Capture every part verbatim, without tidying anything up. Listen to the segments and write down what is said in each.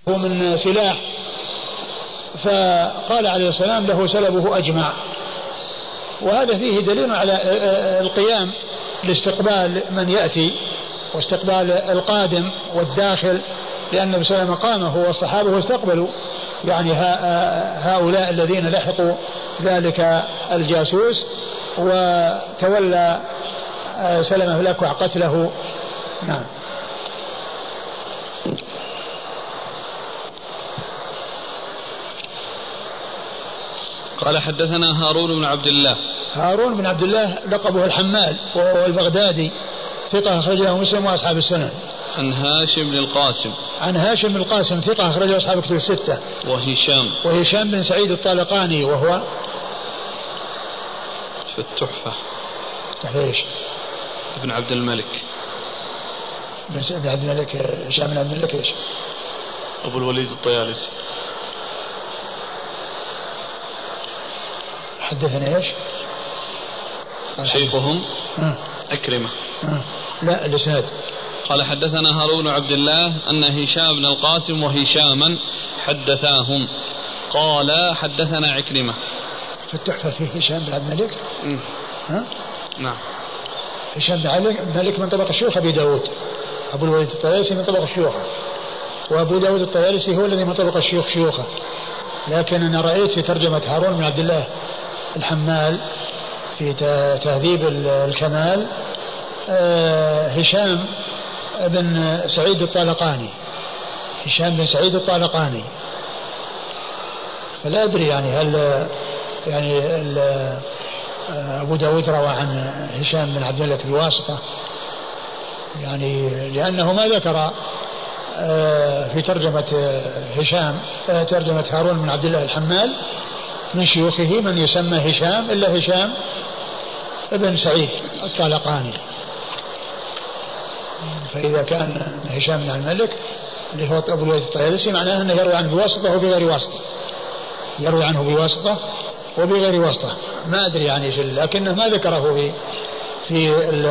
هو من سلاح، فقال عليه السلام له سلبه أجمع. وهذا فيه دليل على القيام لاستقبال من يأتي واستقبال القادم والداخل، لأن النبي صلى الله عليه وسلم قام هو والصحابة واستقبلوا يعني هؤلاء الذين لحقوا ذلك الجاسوس، وتولى سلمة الأكوع قتله. نعم. قال حدثنا هارون بن عبد الله. هارون بن عبد الله لقبه الحمال وهو البغدادي، ثقة أخرجه مسلم وأصحاب السنن. عن هاشم بن القاسم. عن هاشم بن القاسم ثقة أخرجه أصحاب الكتب الستة. وهشام. وهشام بن سعيد الطالقاني وهو في التحفة. ايش؟ ابن عبد الملك. بن عبد الملك. هشام بن عبد الملك ايش؟ أبو الوليد الطيالسي. حدثنا ايش؟ شيخهم أه. أكرمة. أه. لا الإسناد. قال حدثنا هارون بن عبد الله أن هشام بن القاسم وهشاما حدثاهم. قال حدثنا عكرمة. في التحفة فيه هشام بن عبد الملك. ها؟ نعم. هشام بن عبد الملك من طبق الشيوخ أبي داود. أبو الوليد الطيالسي من طبق الشيوخ، وأبو داود الطيالسي هو الذي من طبق الشيوخ شيوخه. لكن أنا رأيت في ترجمة هارون بن عبد الله الحمال في تهذيب الكمال هشام بن سعيد الطالقاني. هشام بن سعيد الطالقاني. فلا أدري يعني هل يعني أبو داود روى عن هشام بن عبد الملك بواسطة، يعني لأنه ما ذكر في ترجمة هشام ترجمة هارون بن عبد الله الحمال من شيوخه من يسمى هشام إلا هشام ابن سعيد الطالقاني. فإذا كان هشام بن عبد الملك اللي هو أبو الوليد الطيالسي معناه أنه يروي عنه بواسطة وبغير واسطة، يروي عنه بواسطة وبغير واسطة. ما أدري يعني لكنه ما ذكره في في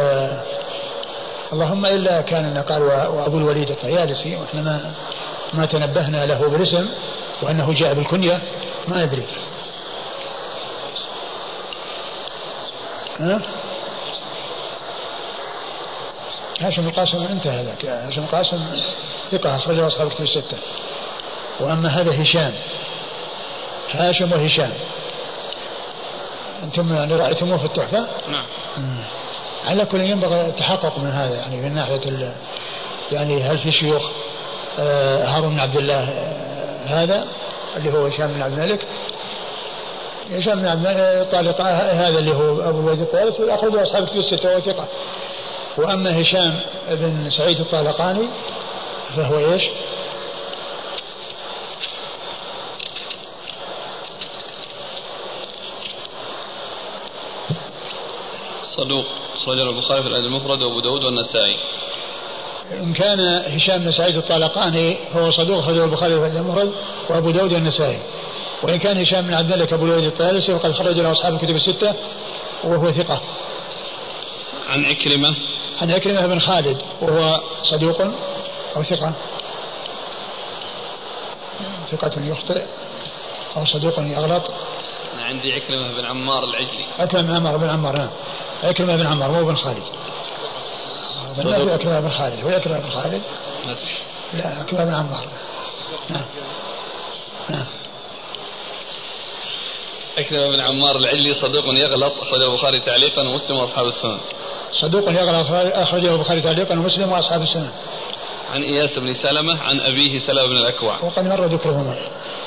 اللهم إلا كان قال وأبو الوليد الطيالسي، وإحنا ما ما تنبهنا له بالاسم وأنه جاء بالكنية، ما أدري. ها؟ هاشم القاسم انتهى ذاك. هاشم القاسم ثقة أخرجه أصحاب الكتب الستة. وأما هذا هشام، هاشم وهشام. أنتم يعني رأيتموه في التحفة؟ نعم. على كل ينبغي التحقق من هذا، يعني من ناحية يعني هل في شيوخ آه هارون بن عبد الله آه هذا اللي هو هشام بن عبد الملك. هشام بن عبد الملك طالق هذا اللي هو أبو الوليد الطيالسي أخرجه أصحاب الكتب الستة وهو ثقة. وأما هشام بن سعيد الطالقاني فهو إيش؟ صدوق أخرجه البخاري في الأدب المفرد وأبو داود والنسائي. إن كان هشام بن سعيد الطالقاني هو صدوق أخرجه البخاري في الأدب المفرد وأبو داود والنسائي. وإن كان هشام بن عبد الملك أبو الوليد الطيالسي فقد خرج له أصحاب الكتب الستة وهو ثقة. عن عكرمة. عن عكرمة بن خالد وهو صدوق أو ثقة ثقة يخطئ أو صدوق يغلط. عندي عكرمة بن عمار العجلي. عكرمة بن عمار بن عمار نعم. عكرمة بن عمار مو بن خالد. هذا ما في عكرمة بن خالد. هو عكرمة بن خالد. لا عكرمة بن عمار. نعم. نعم. عكرمة بن عمار العجلي صدوق يغلط أخرجه البخاري تعليقا ومسلم وأصحاب السنن. صدوق يغلط أخرجه البخاري تعليقا ومسلم وأصحاب السنن. عن إياس بن سلمة عن أبيه سلمة بن الأكوع. وقد مر ذكرهما.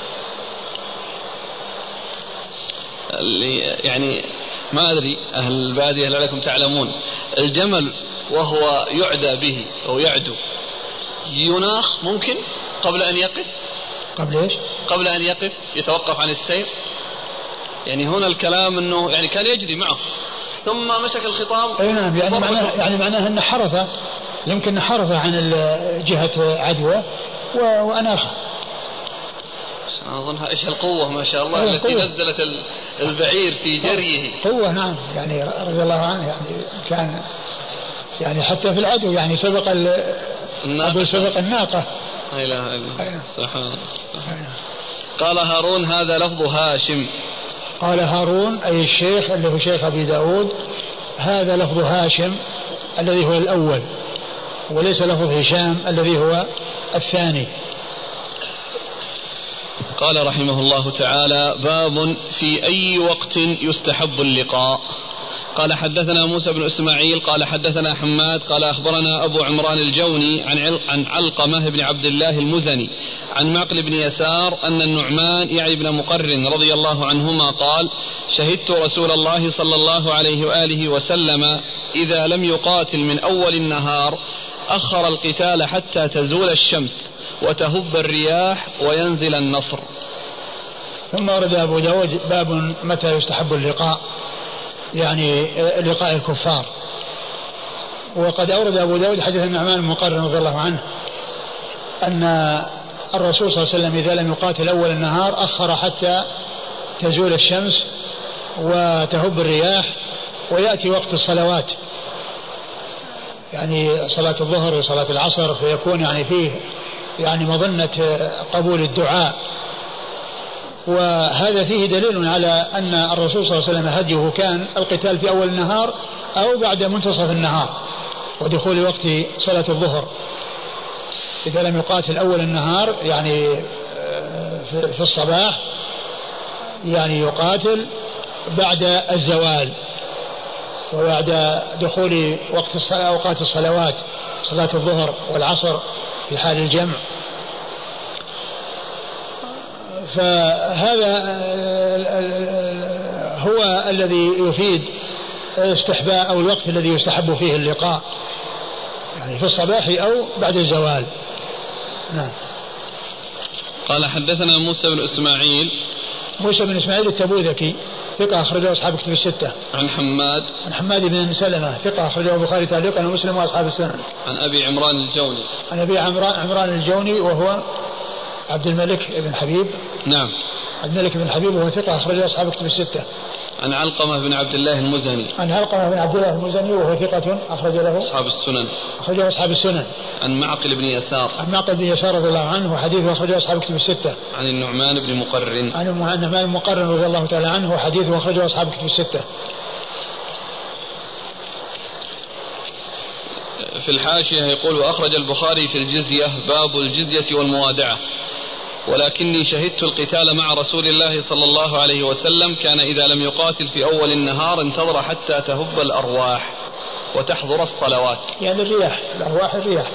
يعني ما أدري أهل البادية لعلكم تعلمون الجمل وهو يعدى به أو يعدو يناخ ممكن قبل أن يقف. قبل إيش؟ قبل أن يقف يتوقف عن السير. يعني هنا الكلام أنه يعني كان يجري معه ثم مسك الخطام. أي نعم. يعني معناه يعني معناه أن حرث يمكن حرث عن جهة عدوى وأناخه. أظنها إيش القوة ما شاء الله التي قوة. نزلت البعير في جريه. قوة نعم. يعني رضي الله عنه يعني كان يعني حتى في العدو يعني سبق الناقة. سبق الناقة لا إله إلا الله. سبحان الله. قال هارون هذا لفظ هاشم. قال هارون أي الشيخ اللي هو شيخ أبي داود هذا لفظ هاشم الذي هو الأول وليس لفظ هشام الذي هو الثاني. قال رحمه الله تعالى باب في أي وقت يستحب اللقاء. قال حدثنا موسى بن إسماعيل قال حدثنا حماد قال أخبرنا أبو عمران الجوني عن عن علقمة بن عبد الله المزني عن معقل بن يسار أن النعمان يعني بن مقرن رضي الله عنهما قال شهدت رسول الله صلى الله عليه وآله وسلم إذا لم يقاتل من أول النهار أخر القتال حتى تزول الشمس وتهب الرياح وينزل النصر. ثم ورد أبو داود باب متى يستحب اللقاء يعني لقاء الكفار. وقد أورد أبو داود حديث النعمان بن مقرن رضي الله عنه أن الرسول صلى الله عليه وسلم إذا لم يقاتل أول النهار أخر حتى تزول الشمس وتهب الرياح ويأتي وقت الصلوات يعني صلاة الظهر وصلاة العصر فيكون يعني فيه يعني مظنة قبول الدعاء. وهذا فيه دليل على أن الرسول صلى الله عليه وسلم هديه كان القتال في أول النهار أو بعد منتصف النهار ودخول وقت صلاة الظهر. إذا لم يقاتل أول النهار يعني في الصباح يعني يقاتل بعد الزوال وبعد دخول وقت الصلاة أوقات الصلوات صلاة الظهر والعصر في حال الجمع. فهذا هو الذي يفيد استحباب أو الوقت الذي يستحب فيه اللقاء يعني في الصباح أو بعد الزوال. نعم. قال حدثنا موسى بن إسماعيل موسى بن إسماعيل التبوذكي ثقة أخرجه أصحاب كتب الستة. عن حماد عن حماد بن سلمة ثقة أخرجه البخاري تعليقا ومسلم وأصحاب السنن. عن أبي عمران الجوني عن أبي عمران, عمران الجوني وهو عبد الملك بن حبيب. نعم. عبد الملك بن حبيب وهو ثقة أخرجه أصحاب كتب الستة. عن علقمة بن عبد الله المزني عن علقمة بن عبد الله المزني وهو ثقة أخرج له أصحاب السنن. أخرجه أصحاب السنن. عن معقل بن يسار عن معقل بن يسار رضي الله عنه وحديثه أخرجه أصحاب كتب الستة. عن النعمان بن مقرن عن النعمان بن مقرن رضي الله تعالى عنه وحديثه أخرجه أصحاب كتب الستة. في الحاشية يقول وأخرج البخاري في الجزية باب الجزية والموادعة ولكني شهدت القتال مع رسول الله صلى الله عليه وسلم كان إذا لم يقاتل في أول النهار انتظر حتى تهب الأرواح وتحضر الصلوات يعني الرياح الأرواح الرياح.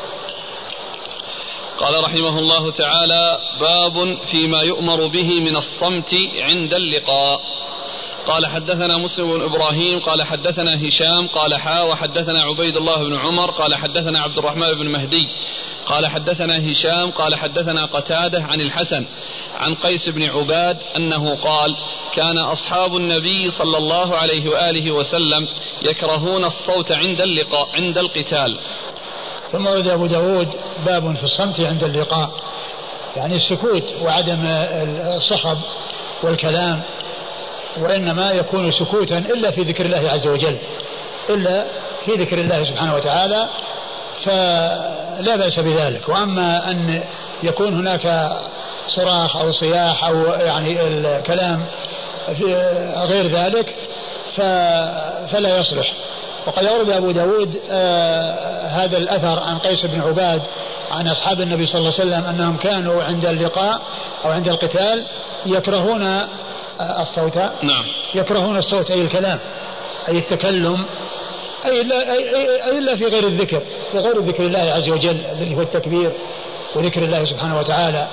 قال رحمه الله تعالى باب فيما يؤمر به من الصمت عند اللقاء. قال حدثنا مسلم بن إبراهيم قال حدثنا هشام قال حا وحدثنا عبيد الله بن عمر قال حدثنا عبد الرحمن بن مهدي قال حدثنا هشام قال حدثنا قتادة عن الحسن عن قيس بن عباد أنه قال كان أصحاب النبي صلى الله عليه وآله وسلم يكرهون الصوت عند اللقاء عند القتال. ثم ورد أبو داود باب في الصمت عند اللقاء يعني السكوت وعدم الصخب والكلام وإنما يكون سكوتا إلا في ذكر الله عز وجل إلا في ذكر الله سبحانه وتعالى فلا بأس بذلك. وأما أن يكون هناك صراخ أو صياح أو يعني الكلام غير ذلك فلا يصلح. وقد أورد أبو داود آه هذا الأثر عن قيس بن عباد عن أصحاب النبي صلى الله عليه وسلم أنهم كانوا عند اللقاء أو عند القتال يكرهون الصوت. نعم. يكرهون الصوت أي الكلام أي التكلم أي إلا, أي أي إلا في غير الذكر في غير ذكر الله عز وجل الذي هو التكبير وذكر الله سبحانه وتعالى.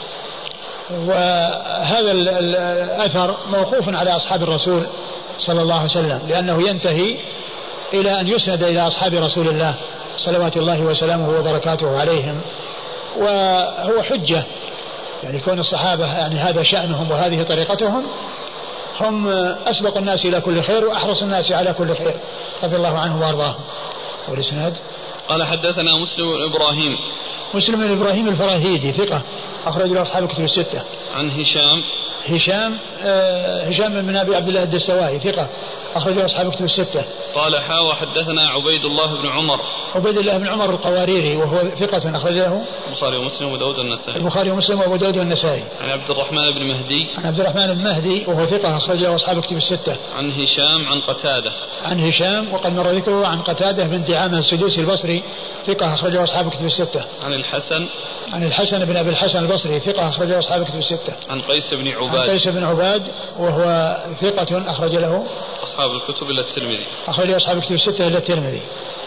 وهذا الأثر موقوف على أصحاب الرسول صلى الله عليه وسلم لأنه ينتهي إلى أن يسند إلى أصحاب رسول الله صلوات الله وسلامه وبركاته عليهم وهو حجة يعني كون الصحابة يعني هذا شأنهم وهذه طريقتهم هم أسبق الناس إلى كل خير وأحرص الناس على كل خير رضي الله عنه وأرضاه. والإسناد قال حدثنا مسلم بن إبراهيم مسلم بن إبراهيم الفراهيدي ثقة أخرج له أصحاب كتب الستة. عن هشام هشام آه هشام بن أبي عبد الله الدستوائي ثقة أخرج له أصحاب كتب الستة. قال حا وحدثنا عبيد الله بن عمر عبيد الله بن عمر القواريري وهو ثقة أخرج له البخاري ومسلم وأبو داود والنسائي. البخاري ومسلم وأبو داود والنسائي. عن عبد الرحمن بن مهدي. عن عبد الرحمن بن مهدي وهو ثقة أخرج له أصحاب الكتب الستة. عن هشام عن قتادة. عن هشام وقد مر ذكره. عن قتادة بن دعامة السدوسي البصري ثقة أخرج له أصحاب الكتب الستة. عن الحسن. عن الحسن بن أبي الحسن البصري ثقة أخرج له أصحاب الكتب الستة. عن قيس بن عباد. عن قيس بن عباد وهو ثقة أخرج له أصحاب الكتب إلا الترمذي. أخرج له أصحاب الكتب الستة إلا الترمذي.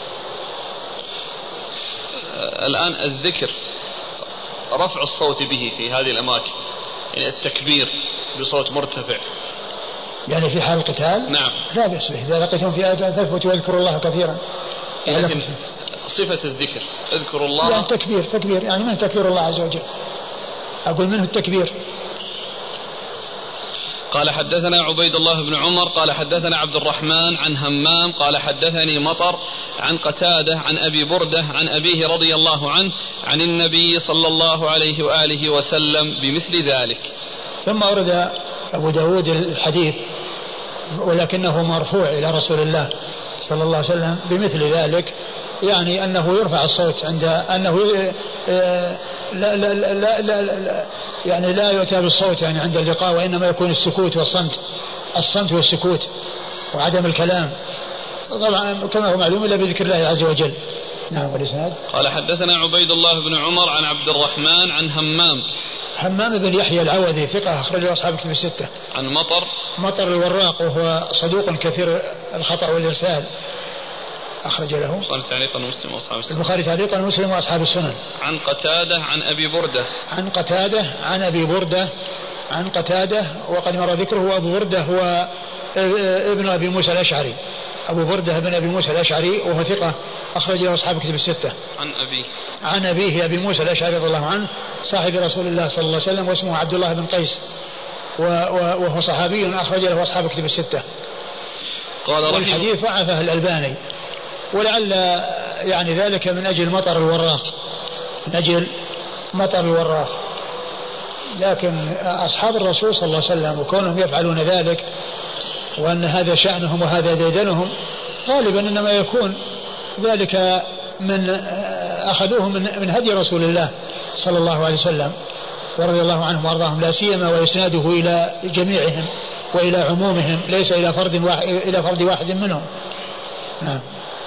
الآن الذكر رفع الصوت به في هذه الأماكن، يعني التكبير بصوت مرتفع، يعني في حال القتال نعم لا بأس به. إذا لقيتم في آية فاثبتوا واذكروا الله كثيرا. لكن صفة الذكر اذكروا الله يعني تكبير تكبير يعني من تكبير الله عز وجل، أقول منه التكبير. قال حدثنا عبيد الله بن عمر قال حدثنا عبد الرحمن عن همام قال حدثني مطر عن قتادة عن أبي بردة عن أبيه رضي الله عنه عن النبي صلى الله عليه وآله وسلم بمثل ذلك. ثم أورد أبو داود الحديث ولكنه مرفوع إلى رسول الله صلى الله عليه وسلم بمثل ذلك، يعني أنه يرفع الصوت عند أنه لا لا لا لا, لا, لا يعني لا يؤتى بالصوت يعني عند اللقاء، وإنما يكون السكوت والصمت، الصمت والسكوت وعدم الكلام، طبعا كما هو معلوم إلا بذكر الله عز وجل. نعم. والإسناد قال حدثنا عبيد الله بن عمر عن عبد الرحمن عن همام همام بن يحيى العوذي ثقة أخرجه أصحاب الكتب الستة. عن مطر مطر الوراق وهو صدوق كثير الخطأ والإرسال أخرج له البخاري تعليقا ومسلم وأصحاب السنن. البخاري تعليقا ومسلم وأصحاب السنن. عن قتادة عن أبي بردة عن قتادة عن أبي بردة عن قتادة وقد مر ذكره. أبو بردة هو ابن أبي موسى الأشعري، أبو بردة بن أبي موسى الأشعري وهو ثقة أخرج له أصحاب الكتب الستة. عن أبيه عن أبيه أبي موسى الأشعري رضي الله عنه صاحب رسول الله صلى الله عليه وسلم واسمه عبد الله بن قيس وهو صحابي أخرج له أصحاب الكتب الستة. قال والحديث ضعفه الألباني ولعل يعني ذلك من أجل مطر الوراق، من أجل مطر الوراق، لكن أصحاب الرسول صلى الله عليه وسلم وكونهم يفعلون ذلك وأن هذا شأنهم وهذا ديدنهم غالبا إنما يكون ذلك من أخذوه من, من هدي رسول الله صلى الله عليه وسلم ورضي الله عنهم وارضاهم، لا سيما ويسناده إلى جميعهم وإلى عمومهم ليس إلى فرد واحد, إلى فرد واحد منهم. نعم.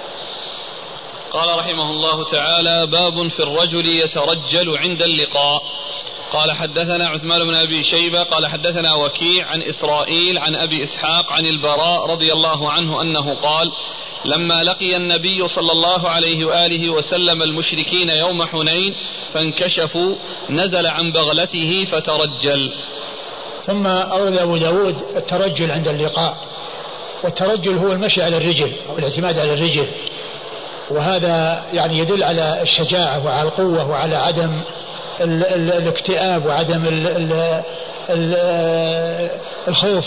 قال رحمه الله تعالى باب في الرجل يترجل عند اللقاء. قال حدثنا عثمان بن أبي شيبة قال حدثنا وكيع عن إسرائيل عن أبي إسحاق عن البراء رضي الله عنه أنه قال لما لقي النبي صلى الله عليه وآله وسلم المشركين يوم حنين فانكشفوا نزل عن بغلته فترجل. ثم أورد أبو داود الترجل عند اللقاء، والترجل هو المشي على الرجل أو الاعتماد على الرجل، وهذا يعني يدل على الشجاعة وعلى القوة وعلى عدم ال ال الاكتئاب وعدم ال ال ال الخوف.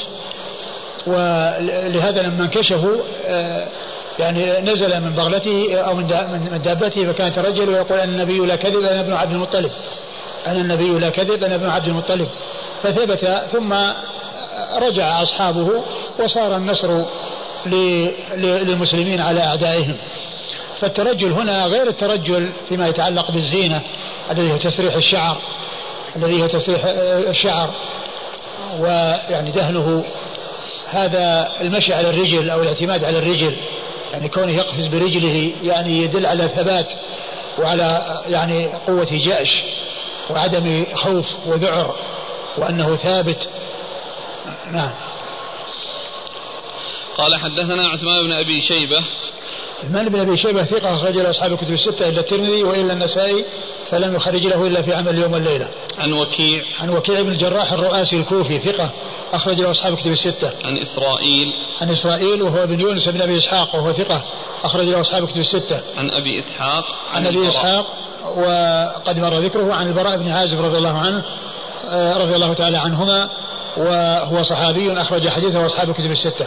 ولهذا لما انكشفوا يعني نزل من بغلته أو من دابته فكان يترجل ويقول أن النبي لا كذب أنا ابن عبد المطلب، أنا النبي لا كذب أنا ابن عبد المطلب. فثبت ثم رجع أصحابه وصار النصر للمسلمين على أعدائهم. فالترجل هنا غير الترجل فيما يتعلق بالزينة الذي هو تسريح الشعر الذي هو تسريح الشعر ويعني دهنه، هذا المشي على الرجل أو الاعتماد على الرجل، يعني كونه يقفز برجله يعني يدل على ثبات وعلى يعني قوة جأش وعدم خوف وذعر وأنه ثابت. نعم. قال حدثنا عثمان بن أبي شيبة. عثمان بن أبي شيبة ثقة أخرج له أصحاب الكتب الستة إلا الترمذي وإلا النسائي فلم يخرج له إلا في عمل اليوم والليلة. عن وكيع. عن وكيع بن الجراح الرؤاسي الكوفي ثقة أخرج له أصحاب الكتب الستة. عن إسرائيل. عن إسرائيل وهو بن يونس بن أبي إسحاق وهو ثقة أخرج له أصحاب الكتب الستة. عن أبي إسحاق. عن أبي إسحاق وقد مر ذكره. عن البراء بن عازب رضي الله عنه رضي الله تعالى عنهما وهو صحابي أخرج حديثه أصحاب الكتب الستة.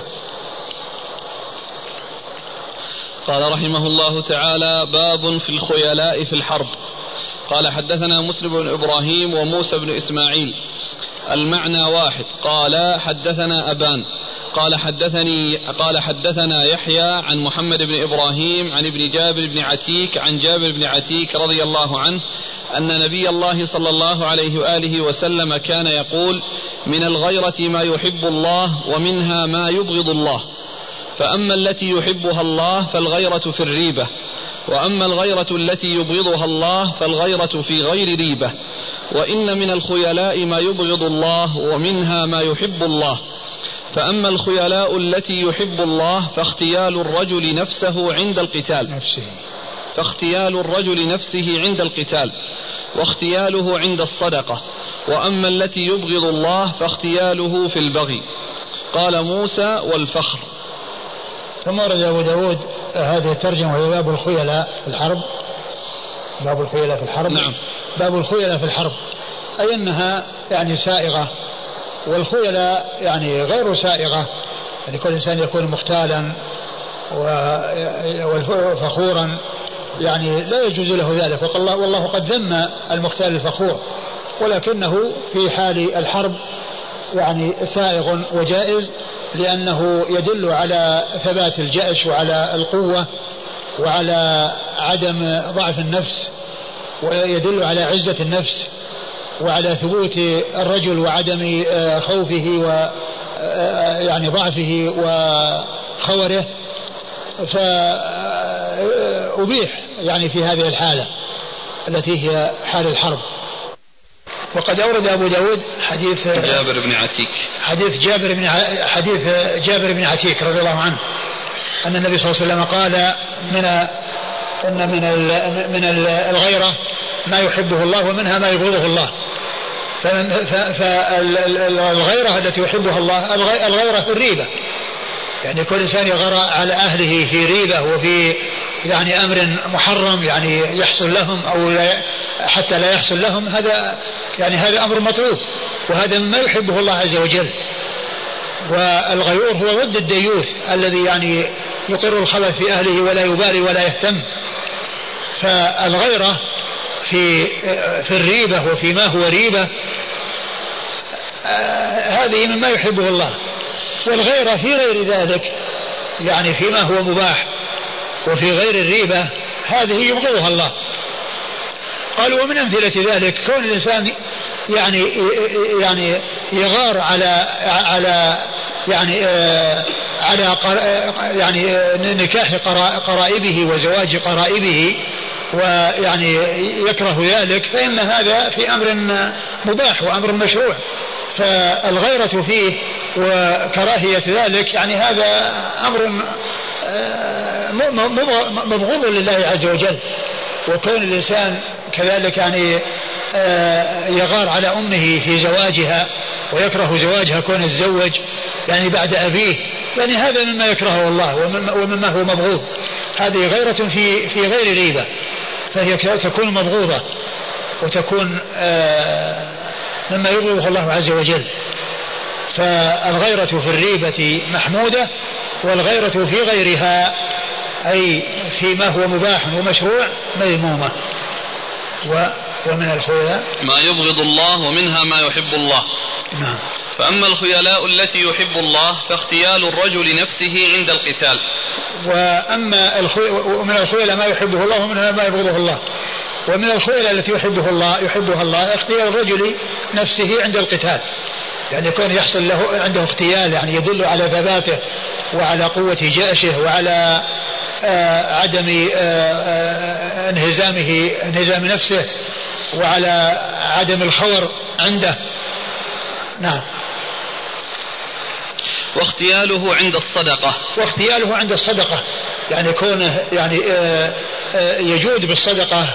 قال رحمه الله تعالى باب في الخيلاء في الحرب. قال حدثنا مسلم بن إبراهيم وموسى بن إسماعيل المعنى واحد. قال حدثنا أبان قال حدثني قال حدثنا يحيى عن محمد بن إبراهيم عن ابن جابر بن عتيك عن جابر بن عتيك رضي الله عنه أن نبي الله صلى الله عليه وآله وسلم كان يقول: من الغيرة ما يحب الله ومنها ما يبغض الله، فأما التي يحبها الله فالغيرة في الريبة، وأما الغيرة التي يبغضها الله فالغيرة في غير ريبة، وإن من الخيلاء ما يبغض الله ومنها ما يحب الله، فأما الخيلاء التي يحب الله فاختيال الرجل نفسه عند القتال نفسه فاختيال الرجل نفسه عند القتال واختياله عند الصدقة، وأما التي يبغض الله فاختياله في البغي. قال موسى: والفخر. ثم ورد أبو داود هذه الترجمة وهي باب الخيلاء في الحرب. باب الخيلاء في الحرب. نعم. باب الخيلاء في الحرب أي أنها يعني سائغة، والخيلاء يعني غير سائغة، يعني كل إنسان يكون مختالا وفخورا يعني لا يجوز له ذلك، والله قد ذم المختال الفخور، ولكنه في حال الحرب يعني سائغ وجائز، لأنه يدل على ثبات الجأش وعلى القوة وعلى عدم ضعف النفس، ويدل على عزة النفس وعلى ثبوت الرجل وعدم خوفه و يعني ضعفه وخوره، فأبيح يعني في هذه الحالة التي هي حال الحرب. وقد أورد أبو داود حديث جابر بن عتيك حديث جابر بن حديث جابر بن عتيك رضي الله عنه أن النبي صلى الله عليه وسلم قال: من أن من من الغيرة ما يحبه الله ومنها ما يبغضه الله. فالغيرة التي يحبها الله الغيرة في الريبة، يعني كل إنسان يغار على أهله في ريبة وفي يعني أمر محرم يعني يحصل لهم أو حتى لا يحصل لهم، هذا يعني هذا أمر مطلوب، وهذا مما يحبه الله عز وجل. والغيور هو ضد الديوث الذي يعني يقر الخبث في أهله ولا يبالي ولا يهتم. فالغيرة في في الريبة وفيما هو ريبة هذه مما يحبه الله، والغيرة في غير ذلك يعني فيما هو مباح وفي غير الريبة هذه يبغضها الله. قالوا: ومن أمثلة ذلك كون الإنسان يعني يعني يغار على على يعني على يعني نكاح قرائبه وزواج قرائبه ويعني يكره ذلك، فإن هذا في أمر مباح وأمر مشروع، فالغيرة فيه وكراهية ذلك يعني هذا أمر مبغوض لله عز وجل. وكون الإنسان كذلك يعني يغار على أمه في زواجها ويكره زواجها كون الزوج يعني بعد أبيه، يعني هذا مما يكرهه الله ومما هو مبغوض. هذه غيرة في في غير ريبة، فهي تكون مبغوضة وتكون مما يبغضه الله عز وجل. فالغيرة في الريبة محمودة، والغيرة في غيرها أي فيما هو مباح ومشروع مذمومة. ومن الخيلاء ما يبغض الله ومنها ما يحب الله. نعم. فأما الخيلاء التي يحب الله فاختيال الرجل نفسه عند القتال. وأما ومن الخيلاء ما يحبه الله ومنها ما يبغضه الله. ومن الخيلاء التي يحبه الله يحبها الله اختيار الرجل نفسه عند القتال، يعني يكون يحصل له عنده اختيال يعني يدل على ثباته وعلى قوة جأشه وعلى آه عدم آه انهزامه انهزام نفسه وعلى عدم الخور عنده. نعم. واختياله عند الصدقة. واختياله عند الصدقة يعني كونه يعني آه آه يجود بالصدقة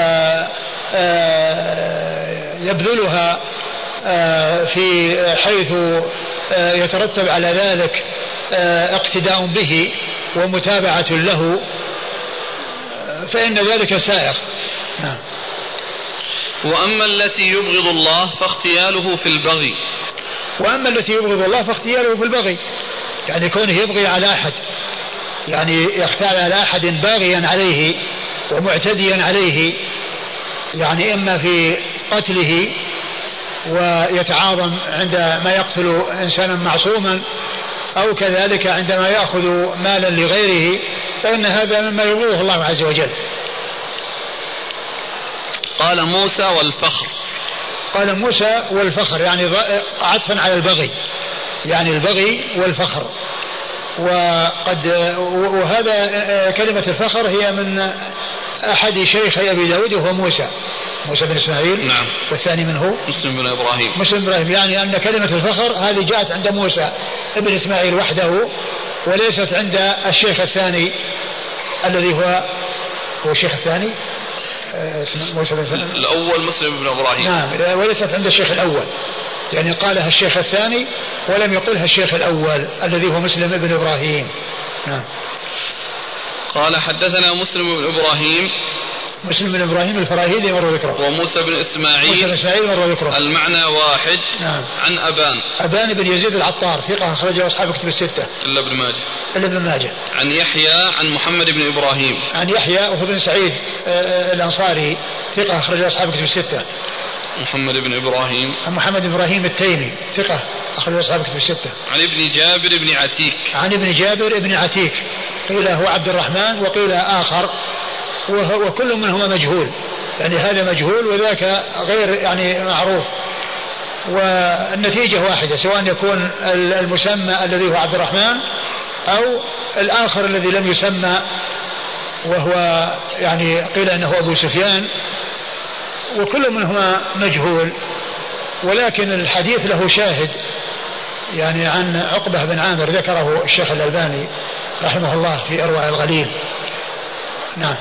ويبذلها آه في حيث آه يترتب على ذلك آه اقتداء به ومتابعة له، فإن ذلك سائغ. نعم. وأما التي يبغض الله فاختياله في البغي. وأما التي يبغض الله فاختياله في البغي، يعني كونه يبغي على أحد، يعني يختار على أحد باغيا عليه ومعتديا عليه، يعني إما في قتله ويتعاظم عندما يقتل إنسانا معصوما أو كذلك عندما يأخذ مالا لغيره فإن هذا مما يبغضه الله عز وجل. قال موسى والفخر. قال موسى والفخر يعني عطفا على البغي، يعني البغي والفخر. وقد وهذا كلمة الفخر هي من أحد شيخي أبي داود وهو موسى موسى بن إسماعيل. نعم. والثاني منه مسلم بن إبراهيم. مسلم بن إبراهيم، يعني أن كلمة الفخر هذه جاءت عند موسى بن إسماعيل وحده وليست عند الشيخ الثاني الذي هو هو الشيخ الثاني موسى بن الأول مسلم بن إبراهيم. نعم، وليست عند الشيخ الأول، يعني قالها الشيخ الثاني ولم يقلها الشيخ الأول الذي هو مسلم بن إبراهيم. نعم. قال حدثنا مسلم بن إبراهيم مسلم بن إبراهيم الفراهيدي مر ذكره. وموسى بن إسماعيل موسى بن إسماعيل مر ذكره. المعنى واحد. نعم. عن أبان أبان بن يزيد العطار ثقة أخرجه أصحاب كتب الستة إلا ابن ماجه. إلا ابن ماجه. عن يحيى عن محمد بن إبراهيم. عن يحيى وهو بن سعيد الأنصاري ثقة أخرجه أصحاب كتب الستة. محمد بن إبراهيم. عن محمد بن إبراهيم التيمي ثقة أخرجه أصحاب كتب الستة. عن ابن جابر بن عتيك. عن ابن جابر بن عتيك قيل هو عبد الرحمن وقيل آخر وكل منهما مجهول، يعني هذا مجهول وذاك غير يعني معروف، والنتيجة واحدة سواء يكون المسمى الذي هو عبد الرحمن أو الآخر الذي لم يسمى وهو يعني قيل أنه أبو سفيان، وكل منهما مجهول، ولكن الحديث له شاهد يعني عن عقبة بن عامر ذكره الشيخ الألباني رحمه الله في إرواء الغليل. نعم.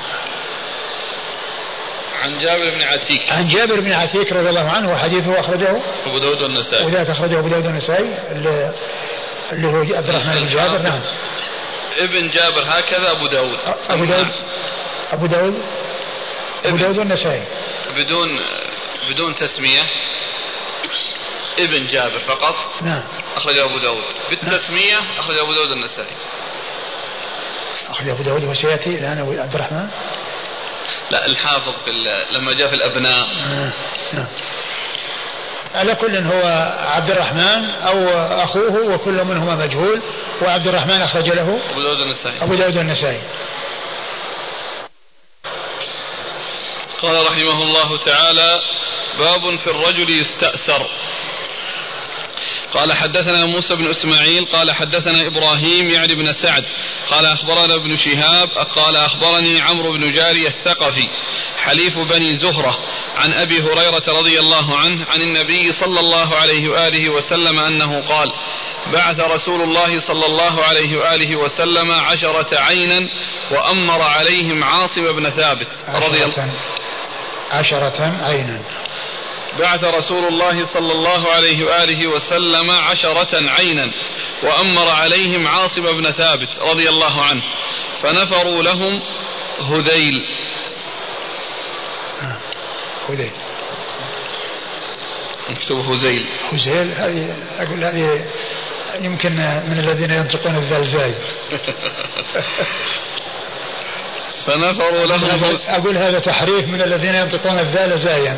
عن جابر بن عتيك. عن جابر بن عتيك رضي الله عنه وحديثه أخرجه أبو داود والنسائي. وذاك أخرجه أبو داود والنسائي اللي هو عبد الرحمن بن جابر. نعم. ابن جابر هكذا أبو داود. أبو داود أبو داود أبو داود والنسائي بدون بدون تسمية. ابن جابر فقط. نعم. أخرج أبو داود بالتسمية. نعم. أخرج أبو داود النسائي. أخرج أبو داود وسيأتي الآن عبد الرحمن. لا الحافظ في لما جاء في الأبناء. نعم. نعم. على كل هو عبد الرحمن أو أخوه وكل منهما مجهول، وعبد الرحمن أخرج له أبو داود النسائي. أبو داود النسائي. قال رحمه الله تعالى: باب في الرجل يستأسر. قال حدثنا موسى بن إسماعيل قال حدثنا إبراهيم يعني بن سعد قال أخبرنا ابن شهاب قال أخبرني عمرو بن جارية الثقفي حليف بني زهرة عن أبي هريرة رضي الله عنه عن النبي صلى الله عليه وآله وسلم أنه قال: بعث رسول الله صلى الله عليه وآله وسلم عشرة عينا وأمر عليهم عاصم بن ثابت رضي الله عنه. عشرة عينا. بعث رسول الله صلى الله عليه وآله وسلم عشرة عينا وأمر عليهم عاصم بن ثابت رضي الله عنه فنفروا لهم هذيل. آه. هذيل مكتوب هذيل. هذيل هذه أقول هذه يمكن من الذين ينطقون الذال زايد. فنفروا لهم. أقول هذا تحريف من الذين ينطقون الذال زايا.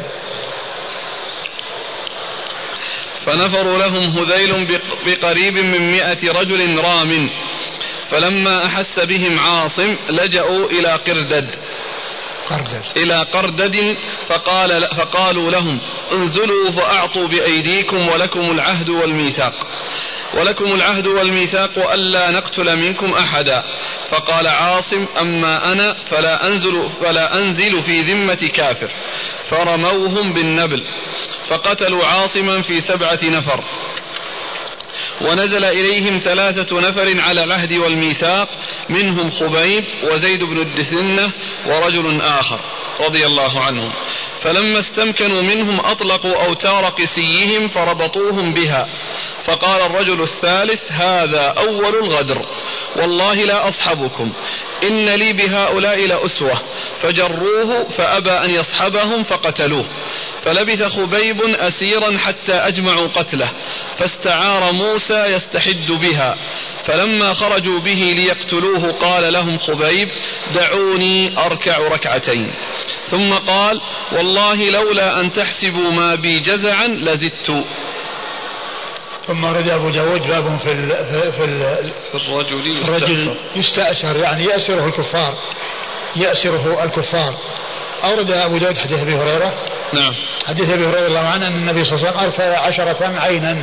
فنفروا لهم هذيل بقريب من مئة رجل رام فلما أحس بهم عاصم لجأوا إلى قردد قردد إلى قردد فقال فقالوا لهم: انزلوا فأعطوا بأيديكم ولكم العهد والميثاق ولكم العهد والميثاق ألا نقتل منكم أحدا. فقال عاصم: أما أنا فلا أنزل, فلا أنزل في ذمة كافر. فرموهم بالنبل فقتلوا عاصما في سبعة نفر. ونزل إليهم ثلاثة نفر على العهد والميثاق منهم خبيب وزيد بن الدثنة ورجل آخر رضي الله عنهم. فلما استمكنوا منهم أطلقوا أوتار قسيهم فربطوهم بها. فقال الرجل الثالث: هذا أول الغدر، والله لا أصحبكم، إن لي بهؤلاء لأسوة. فجروه فأبى أن يصحبهم فقتلوه. فلبث خبيب أسيرا حتى أجمعوا قتله فاستعار موسى يستحد بها. فلما خرجوا به ليقتلوه قال لهم خبيب: دعوني أركع ركعتين. ثم قال: والله لولا أن تحسبوا ما بي جزعا لزدت. ثم ورد أبو داود باب في ال في, ال في الرجل, الرجل يستأسر يعني يأسره الكفار يأسره الكفار. أورد أبو داود حديث أبي هريرة. نعم. حديث أبي هريرة الله عنه أن النبي صلى الله عليه وسلم أرسل عشرة عينا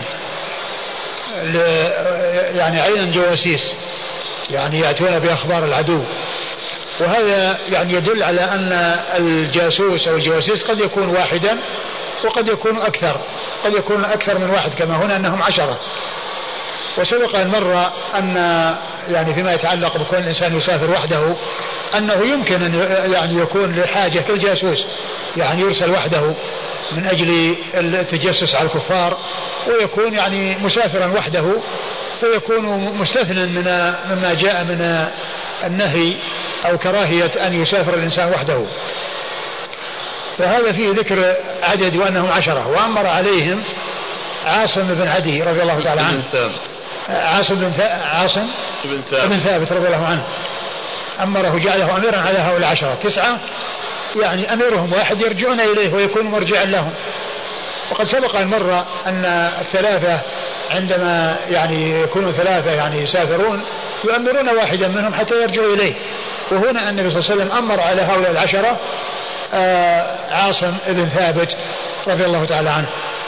يعني عينا جواسيس يعني يأتون بأخبار العدو. وهذا يعني يدل على أن الجاسوس أو الجواسيس قد يكون واحدا وقد يكون أكثر قد يكون أكثر من واحد كما هنا أنهم عشرة. وسبق أن مر أن يعني فيما يتعلق بكون الإنسان يسافر وحده أنه يمكن أن يعني يكون لحاجة كالجاسوس يعني يرسل وحده من أجل التجسس على الكفار ويكون يعني مسافرا وحده فيكون مستثنى من مما جاء من النهي أو كراهية أن يسافر الإنسان وحده. فهذا فيه ذكر عدد وأنهم عشرة. وأمر عليهم عاصم بن عدي رضي الله تعالى عنه عاصم بن عاصم بن ثابت. بن ثابت رضي الله عنه أمره جعله أميرا على هؤلاء العشرة. تسعة يعني أميرهم واحد يرجعون إليه ويكون مرجعا لهم. وقد سبق أن مر أن الثلاثة عندما يعني يكونوا ثلاثة يعني يسافرون يؤمرون واحدا منهم حتى يرجعوا إليه. وهنا النبي صلى الله عليه وسلم أمر على هؤلاء العشرة عاصم بن ثابت رضي الله تعالى عنه.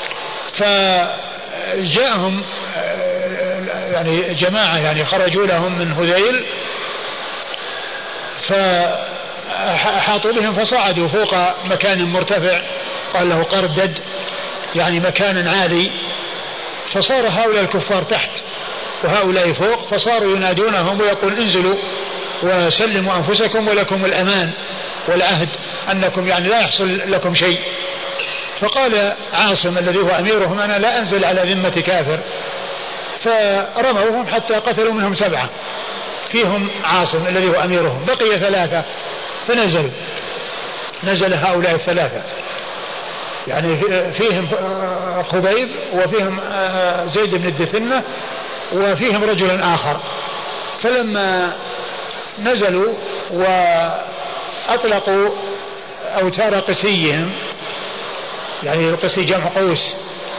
فجاءهم يعني جماعة يعني خرجوا لهم من هذيل فحاطوا بهم فصعدوا فوق مكان مرتفع قال له قردد يعني مكان عالي. فصار هؤلاء الكفار تحت وهؤلاء فوق فصاروا ينادونهم ويقول انزلوا وسلموا أنفسكم ولكم الأمان والعهد أنكم يعني لا يحصل لكم شيء. فقال عاصم الذي هو أميرهم أنا لا أنزل على ذمة كافر. فرموهم حتى قتلوا منهم سبعة فيهم عاصم الذي هو أميرهم. بقي ثلاثة فنزلوا نزل هؤلاء الثلاثة يعني فيهم خبيب وفيهم زيد بن الدثنة وفيهم رجل آخر. فلما نزلوا وأطلقوا أوتار قسيهم يعني القسي جمع قوس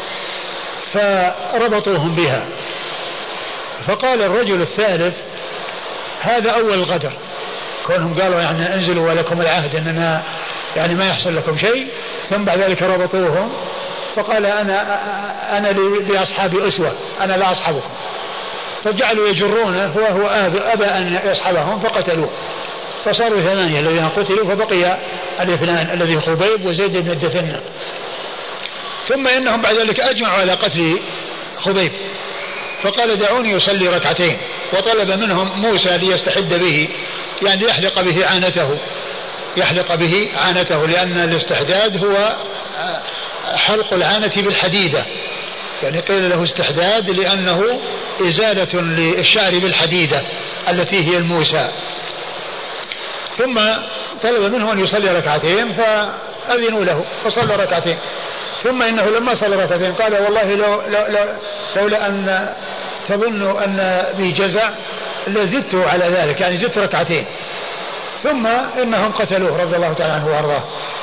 فربطوهم بها. فقال الرجل الثالث هذا أول الغدر كونهم قالوا يعني انزلوا ولكم العهد أننا يعني ما يحصل لكم شيء ثم بعد ذلك ربطوهم. فقال أنا أنا لأصحابي أسوة أنا لا أصحبكم. فجعلوا يجرونه وهو أبى أن يصحبهم فقتلوه. فصاروا ثمانية الذين قتلوا فبقي الاثنان الذي خبيب وزيد بن الدثنة. ثم إنهم بعد ذلك أجمعوا على قتل خبيب فقال دعوني يصلي ركعتين. وطلب منهم موسى ليستحد به يعني يحلق به عانته يحلق به عانته لأن الاستحداد هو حلق العانة بالحديدة يعني قيل له استحداد لأنه إزالة للشعر بالحديدة التي هي الموسى. ثم طلب منه أن يصلي ركعتين فأذنوا له فصلى ركعتين. ثم إنه لما صلى ركعتين قال والله لو لو لو لولا أن تظنوا أن بي جزع لزدت على ذلك يعني زدت ركعتين. ثم إنهم قتلوه رضي الله تعالى عنه وأرضاه.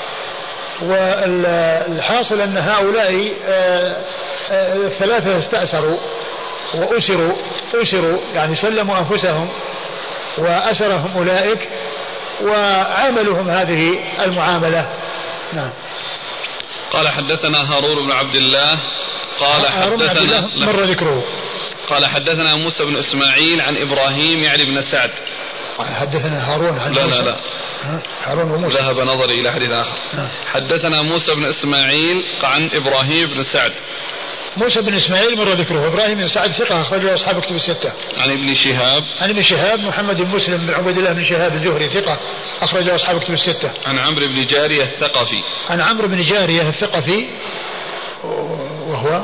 والحاصل أن هؤلاء الثلاثة استأسروا وأسروا أسروا يعني سلموا أنفسهم وأسرهم أولئك وعاملهم هذه المعاملة. نعم. قال حدثنا هارون بن عبد الله قال حدثنا مر ذكره. قال حدثنا موسى بن إسماعيل عن إبراهيم يعني بن سعد. حدثنا هارون عن لا لا لا هارون وموسى ذهب نظري إلى حديث آخر. حدثنا موسى بن إسماعيل عن إبراهيم بن سعد. موسى بن إسماعيل مر ذكره. إبراهيم بن سعد ثقة أخرجه أصحاب كتب الستة. عن ابن شهاب عن ابن شهاب محمد بن مسلم بن عبد الله بن شهاب الزهري ثقة أخرجه أصحاب كتب الستة. عن عمرو بن جارية الثقفي. عن عمرو بن جارية الثقفي وهو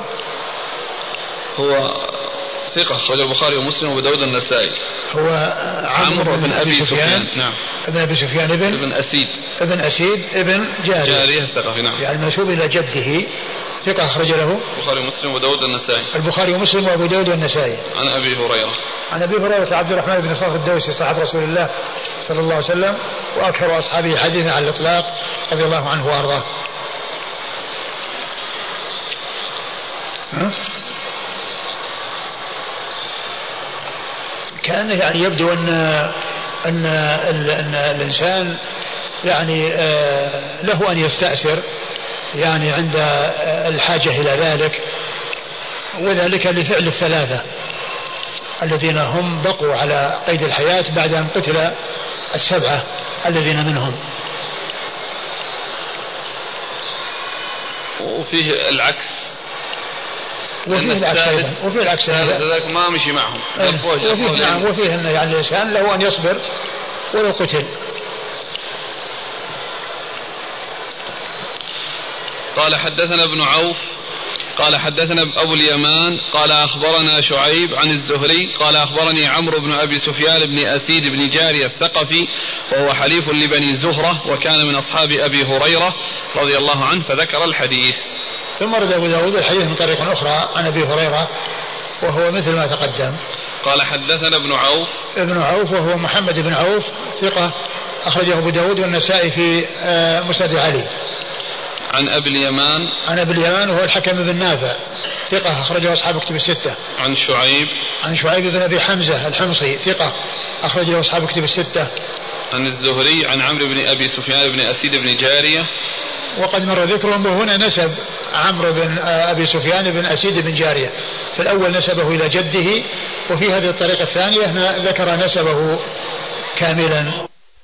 هو ثقة أخرج البخاري ومسلم وأبو داود النسائي. هو عمرو بن أبي سفيان, سفيان. نعم. ابن أبي سفيان ابن ابن أسيد ابن أسيد ابن جارية جارية الثقفي. نعم. يعني منسوب إلى جده ثقة أخرج له البخاري ومسلم وأبو داود النسائي. البخاري ومسلم وأبو داود والنسائي. عن أبي هريرة. عن أبي هريرة عبد الرحمن بن صخر الدوسي صاحب رسول الله صلى الله عليه وسلم وأكثر أصحابه حديثا على الإطلاق رضي الله عنه وأرضاه. ها؟ لأنه يعني يبدو أن أن, أن الإنسان يعني له أن يستأثر يعني عند الحاجة إلى ذلك، وذلك لفعل الثلاثة الذين هم بقوا على قيد الحياة بعد أن قتل السبعة الذين منهم. وفيه العكس، وفيه العكس أيضا، وفيه العكس ذلك ما مشي معهم. وفيه نعم، وفيه أن يعني الإنسان له أن يصبر ولو قتل. قال حدثنا ابن عوف قال حدثنا أبو اليمان قال أخبرنا شعيب عن الزهري قال أخبرني عمرو بن أبي سفيان بن أسيد بن جارية الثقفي وهو حليف لبني زهرة وكان من أصحاب أبي هريرة رضي الله عنه فذكر الحديث. ثم رد أبو داود الحديث من طريق أخرى عن أبي هريرة وهو مثل ما تقدم. قال حدثنا ابن عوف ابن عوف وهو محمد بن عوف ثقة أخرجه أبو داود والنسائي في مسند علي. عن أبي اليمان عن أبي اليمان وهو الحكم بن نافع ثقة أخرجه أصحاب كتب الستة. عن شعيب عن شعيب بن أبي حمزة الحمصي ثقة أخرجه أصحاب كتب الستة. عن الزهري عن عمرو بن أبي سفيان بن أسيد بن جارية وقد مر ذكرهم، وهنا نسب عمرو بن أبي سفيان بن أسيد بن جارية، في الأول نسبه إلى جده، وفي هذه الطريقة الثانية ذكر نسبه كاملا.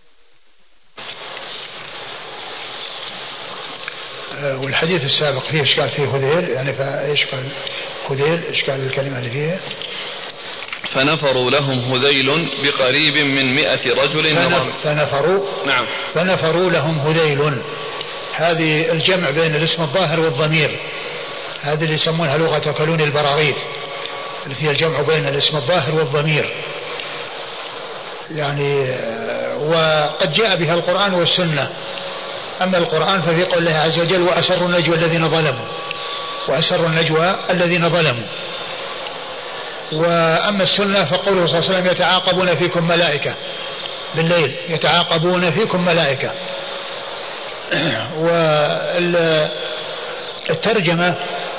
والحديث السابق فيه إشكال فيه هذيل، يعني فإشكال هذيل إشكال الكلمة اللي فيها فنفروا لهم هذيل بقريب من مئة رجل. فنفروا نعم فنفروا لهم هذيل، هذه الجمع بين الاسم الظاهر والضمير، هذه اللي يسمونها لغة كلون البراغيث، التي هي الجمع بين الاسم الظاهر والضمير يعني، وقد جاء بها القرآن والسنة. أما القرآن ففي قول الله عز وجل وأسروا النجوى الذين ظلموا، وأسروا النجوى الذين ظلموا. وأما السنة فقوله صلى الله عليه وسلم يتعاقبون فيكم ملائكة بالليل، يتعاقبون فيكم ملائكة. والترجمة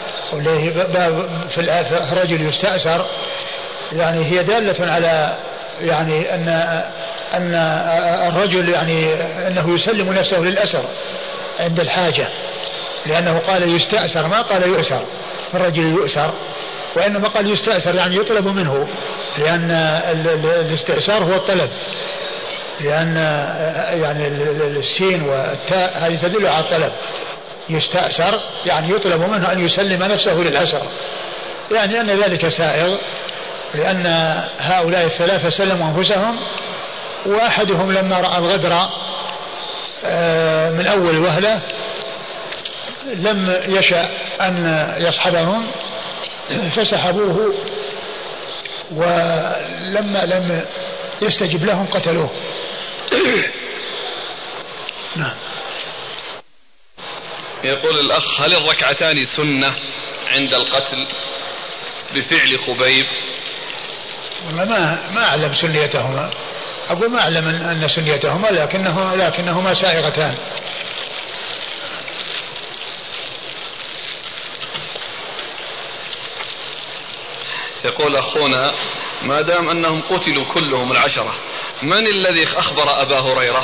في الآية رجل يستأسر يعني هي دالة على يعني أن أن الرجل يعني أنه يسلم نفسه للأسر عند الحاجة، لأنه قال يستأسر ما قال يؤسر، الرجل يؤسر وإنما قال يستأسر يعني يطلب منه، لأن الاستئسار هو الطلب، لأن يعني السين والتاء هذه تدل على الطلب. يستأسر يعني يطلب منه أن يسلم نفسه للأسر، يعني أن ذلك سائغ، لأن هؤلاء الثلاثة سلموا أنفسهم، وأحدهم لما رأى الغدر من أول وهلة لم يشأ أن يصحبهم فسحبوه، ولما لم يستجب لهم قتلوه. نعم. يقول الأخ هل الركعتان سنة عند القتل بفعل خبيب؟ والله ما ما أعلم سنيتهما، أقول ما أعلم أن سنيتهما، لكنه لكنهما سائغتان. يقول أخونا ما دام أنهم قتلوا كلهم العشرة، من الذي أخبر أبا هريرة؟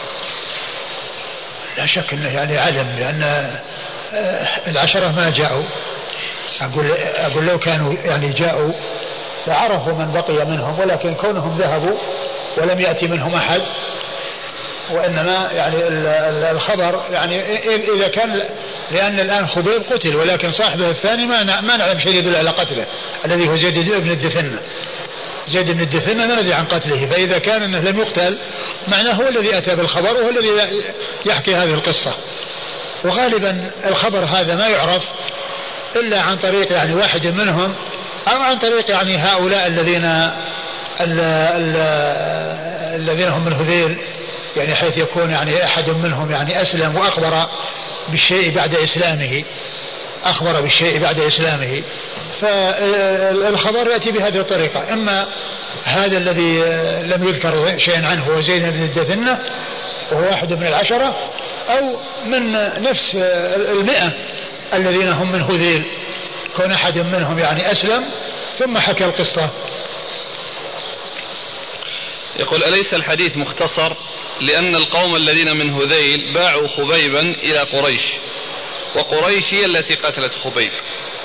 لا شك أنه يعني علم، لأن العشرة ما جاءوا. أقول, أقول لو كانوا يعني جاءوا فعرفوا من بقي منهم، ولكن كونهم ذهبوا ولم يأتي منهم أحد، وإنما يعني الخبر يعني إذا كان، لأن الآن خبيب قتل ولكن صاحبه الثاني ما نعلم شيء يدل على قتله، الذي هو زيد بن الدثنة. زيد بن الدثنة لا ندري عن قتله، فإذا كان أنه لم يقتل معناه هو الذي أتى بالخبر وهو الذي يحكي هذه القصة. وغالبا الخبر هذا ما يعرف إلا عن طريق يعني واحد منهم، أو عن طريق يعني هؤلاء الذين ال ال الذين هم من هذيل، يعني حيث يكون يعني أحد منهم يعني أسلم وأخبر بالشيء بعد إسلامه، أخبر بالشيء بعد إسلامه، فالخبر يأتي بهذه الطريقة. إما هذا الذي لم يذكر شيء عنه هو زيد بن الدثنة وهو واحد من العشرة، أو من نفس المئة الذين هم من هذيل، كون أحد منهم يعني أسلم ثم حكى القصة. يقول أليس الحديث مختصر لأن القوم الذين من هذيل باعوا خبيبا إلى قريش وقريش هي التي قتلت خبيب.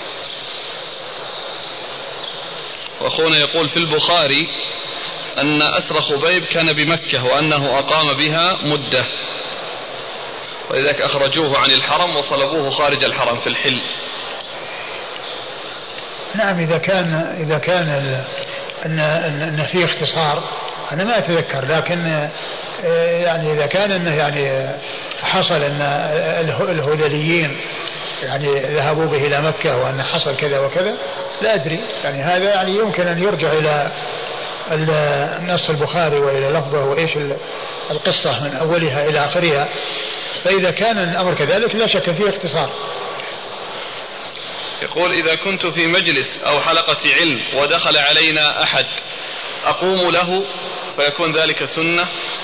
وأخونا يقول في البخاري أن أسر خبيب كان بمكة وأنه أقام بها مدة ولذلك أخرجوه عن الحرم وصلبوه خارج الحرم في الحل. نعم إذا كان إذا كان أن أن فيه اختصار أنا ما أتذكر، لكن يعني إذا كان أنه يعني حصل أن الهذليين يعني ذهبوا به إلى مكة وأن حصل كذا وكذا لا أدري، يعني هذا يعني يمكن أن يرجع إلى النص البخاري وإلى لفظه وإيش القصة من أولها إلى آخرها، فإذا كان الأمر كذلك لا شك فيه اختصار. يقول إذا كنت في مجلس أو حلقة علم ودخل علينا أحد أقوم له فيكون ذلك سنة؟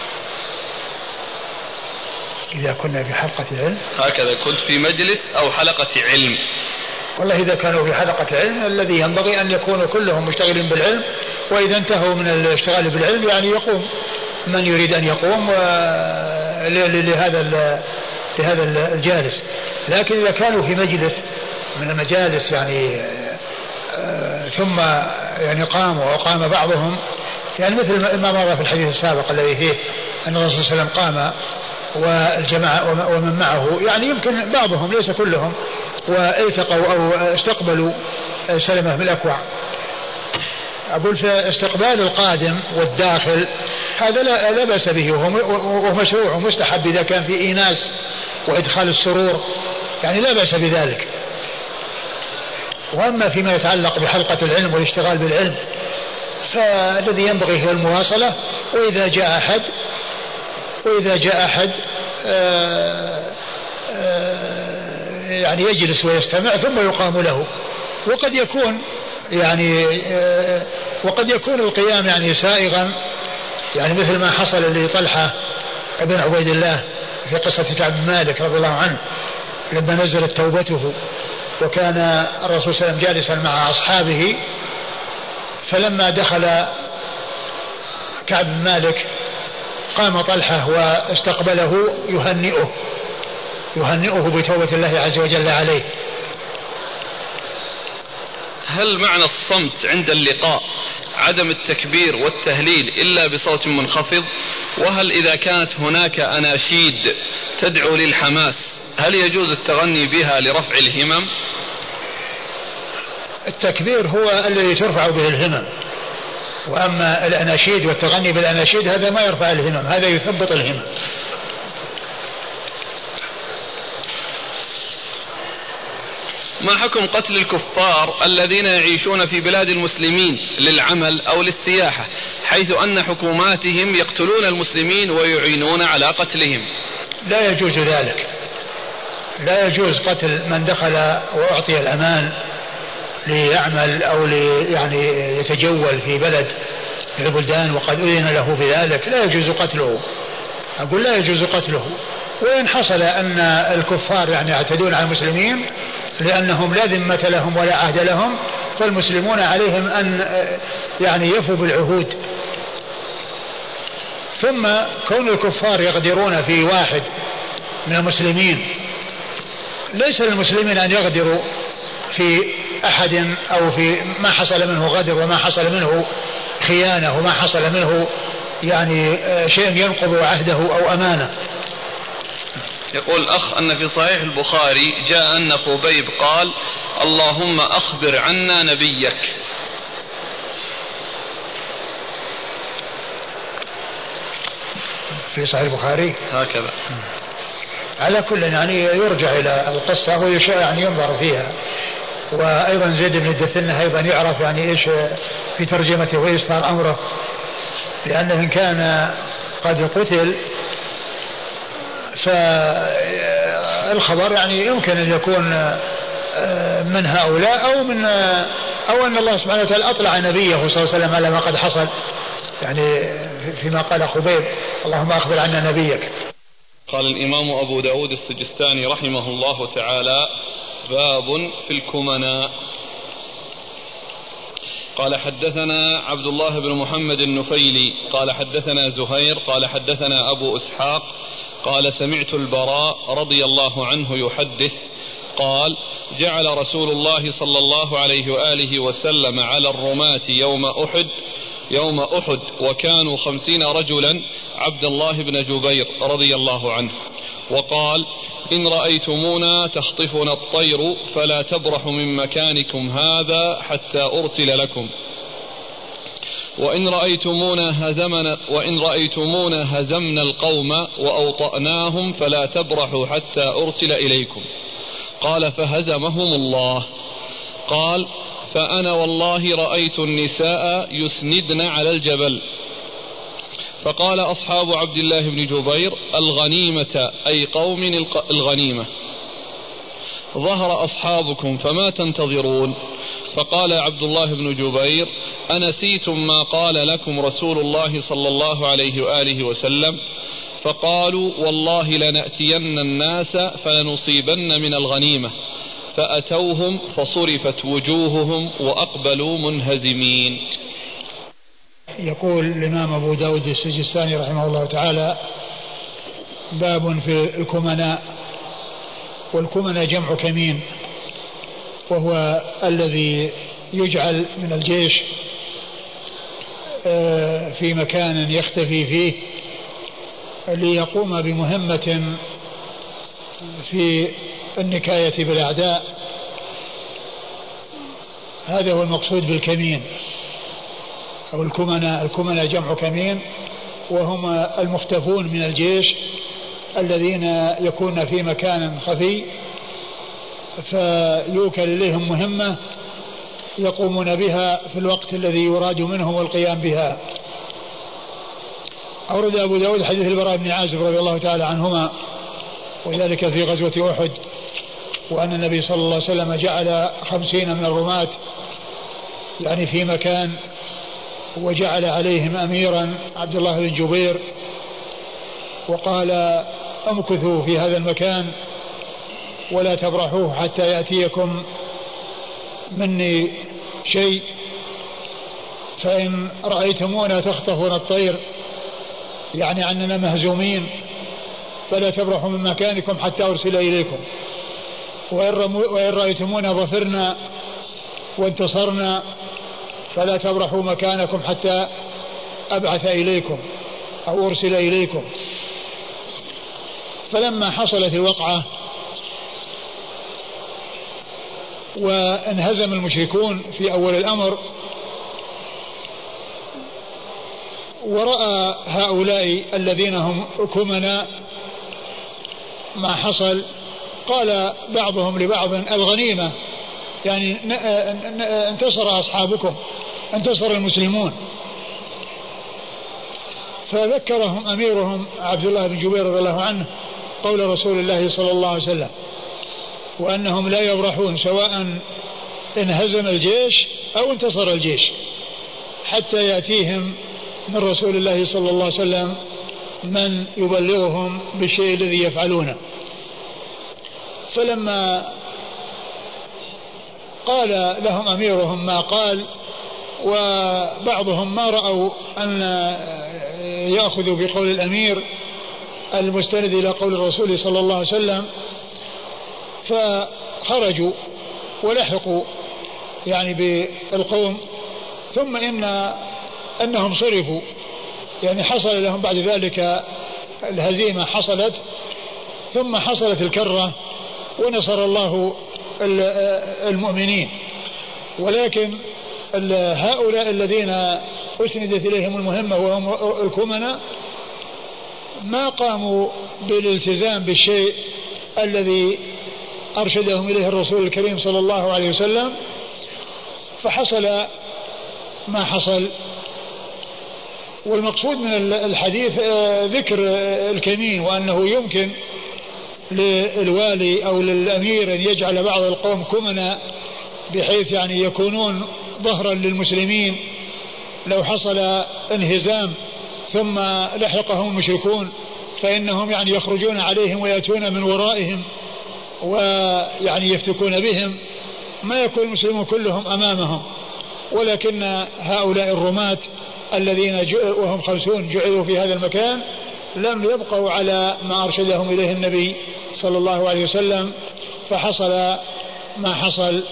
إذا كنا في حلقة علم هكذا كنت في مجلس أو حلقة علم. والله إذا كانوا في حلقة علم الذي ينبغي أن يكونوا كلهم مشتغلين بالعلم، وإذا انتهوا من الاشتغال بالعلم يعني يقوم من يريد أن يقوم لهذا لهذا الجالس. لكن إذا كانوا في مجلس من المجالس يعني ثم يعني قاموا وقام بعضهم، يعني مثل ما مر في الحديث السابق الذي فيه أن الرسول صلى الله عليه وسلم قام والجماعة ومن معه يعني يمكن بعضهم ليس كلهم والتقوا أو استقبلوا سلمة بن الأكوع. أقول في استقبال القادم والداخل هذا لا, لا بأس به ومشروع ومستحب إذا كان في إيناس وإدخال السرور، يعني لا بأس بذلك. وأما فيما يتعلق بحلقة العلم والاشتغال بالعلم فالذي ينبغي هو المواصلة، وإذا جاء أحد وإذا جاء أحد آآ آآ يعني يجلس ويستمع ثم يقام له. وقد يكون يعني وقد يكون القيام يعني سائغا، يعني مثل ما حصل لطلحة ابن عبيد الله في قصة كعب بن مالك رضي الله عنه لما نزلت توبته، وكان الرسول صلى الله عليه وسلم جالسا مع أصحابه، فلما دخل كعب بن مالك قام طلحة واستقبله يهنئه يهنئه بتوبة الله عز وجل عليه. هل معنى الصمت عند اللقاء عدم التكبير والتهليل إلا بصوت منخفض؟ وهل إذا كانت هناك أناشيد تدعو للحماس هل يجوز التغني بها لرفع الهمم؟ التكبير هو الذي ترفع به الهمم، وأما الأناشيد والتغني بالأناشيد هذا ما يرفع الهمم، هذا يثبط الهمم. ما حكم قتل الكفار الذين يعيشون في بلاد المسلمين للعمل أو للسياحة، حيث أن حكوماتهم يقتلون المسلمين ويعينون على قتلهم؟ لا يجوز ذلك، لا يجوز قتل من دخل وأعطي الأمان ليعمل أو لي يعني يتجول في بلد من البلدان وقد أذن له بذلك، لا يجوز قتله. أقول لا يجوز قتله. وإن حصل أن الكفار يعني يعتدون على المسلمين لأنهم لا ذمة لهم ولا عهد لهم، فالمسلمون عليهم أن يعني يفوا بالعهود. ثم كون الكفار يغدرون في واحد من المسلمين، ليس للمسلمين أن يغدروا في أحد أو في ما حصل منه غدر وما حصل منه خيانة وما حصل منه يعني شيء ينقض عهده أو أمانة. يقول الأخ أن في صحيح البخاري جاء أن خبيب قال اللهم أخبر عنا نبيك. في صحيح البخاري هكذا. على كل يعني يرجع إلى القصة ويشاء يعني ينظر فيها. وأيضا زيد بن الدثنة أيضا يعرف يعني إيش في ترجمته وإيش صار أمره، لأنه إن كان قد قتل فالخبر يعني يمكن أن يكون من هؤلاء أو من أو أن الله سبحانه وتعالى أطلع نبيه صلى الله عليه وسلم على ما قد حصل، يعني فيما قال خبيب اللهم أخبر عنا نبيك. قال الإمام أبو داود السجستاني رحمه الله تعالى: باب في الكمناء. قال حدثنا عبد الله بن محمد النفيلي قال حدثنا زهير قال حدثنا أبو إسحاق قال سمعت البراء رضي الله عنه يحدث قال جعل رسول الله صلى الله عليه وآله وسلم على الرماة يوم أحد يوم أحد وكانوا خمسين رجلا عبد الله بن جبير رضي الله عنه، وقال إن رأيتمونا تخطفنا الطير فلا تبرحوا من مكانكم هذا حتى أرسل لكم، وإن رأيتمونا هزمنا, وإن رأيتمونا هزمنا القوم وأوطأناهم فلا تبرحوا حتى أرسل إليكم. قال فهزمهم الله. قال فأنا والله رأيت النساء يسندن على الجبل. فقال أصحاب عبد الله بن جبير الغنيمة أي قوم الغنيمة. ظهر أصحابكم فما تنتظرون؟ فقال عبد الله بن جبير أنسيتم ما قال لكم رسول الله صلى الله عليه وآله وسلم؟ فقالوا والله لنأتين الناس فلنصيبن من الغنيمة. فأتوهم فصرفت وجوههم وأقبلوا منهزمين. يقول الإمام أبو داود السجستاني رحمه الله تعالى باب في الكمناء. والكمناء جمع كمين، وهو الذي يجعل من الجيش في مكان يختفي فيه ليقوم بمهمة في النكاية بالأعداء. هذا هو المقصود بالكمين أو الكمناء. الكمناء جمع كمين، وهم المختفون من الجيش الذين يكون في مكان خفي فيوكل إليهم مهمة يقومون بها في الوقت الذي يراد منهم القيام بها. أورد أبو داود حديث البراء بن عازب رضي الله تعالى عنهما، وذلك في غزوة أحد، وأن النبي صلى الله عليه وسلم جعل خمسين من الرماة يعني في مكان، وجعل عليهم أميرا عبد الله بن جبير، وقال امكثوا في هذا المكان ولا تبرحوه حتى يأتيكم مني شيء، فإن رأيتمونا تخطفون الطير يعني أننا مهزومين فلا تبرحوا من مكانكم حتى أرسل إليكم، وإن رأيتمونا ظفرنا وانتصرنا فلا تبرحوا مكانكم حتى أبعث إليكم أو أرسل إليكم. فلما حصلت الوقعة وانهزم المشركون في أول الأمر، ورأى هؤلاء الذين هم كمنا ما حصل، قال بعضهم لبعض الغنيمة يعني انتصر أصحابكم، انتصر المسلمون. فذكرهم أميرهم عبد الله بن جبير رضي الله عنه قول رسول الله صلى الله عليه وسلم، وأنهم لا يبرحون سواء انهزم الجيش أو انتصر الجيش حتى يأتيهم من رسول الله صلى الله عليه وسلم من يبلغهم بالشيء الذي يفعلونه. فلما قال لهم أميرهم ما قال، وبعضهم ما رأوا أن يأخذوا بقول الأمير المستند إلى قول الرسول صلى الله عليه وسلم، فخرجوا ولحقوا يعني بالقوم، ثم إن أنهم صرفوا يعني حصل لهم بعد ذلك الهزيمة حصلت، ثم حصلت الكرة ونصر الله المؤمنين. ولكن هؤلاء الذين أسندت إليهم المهمة وهم الكمنة ما قاموا بالالتزام بالشيء الذي أرشدهم إليه الرسول الكريم صلى الله عليه وسلم، فحصل ما حصل. والمقصود من الحديث ذكر الكمين، وأنه يمكن للوالي أو للأمير أن يجعل بعض القوم كمنا بحيث يعني يكونون ظهرا للمسلمين لو حصل انهزام ثم لحقهم المشركون، فإنهم يعني يخرجون عليهم ويأتون من ورائهم ويعني يفتكون بهم، ما يكون المسلمون كلهم أمامهم، ولكن هؤلاء الرماة الذين وهم خمسون جعلوا في هذا المكان لم يبقوا على ما أرشدهم إليه النبي صلى الله عليه وسلم، فحصل ما حصل،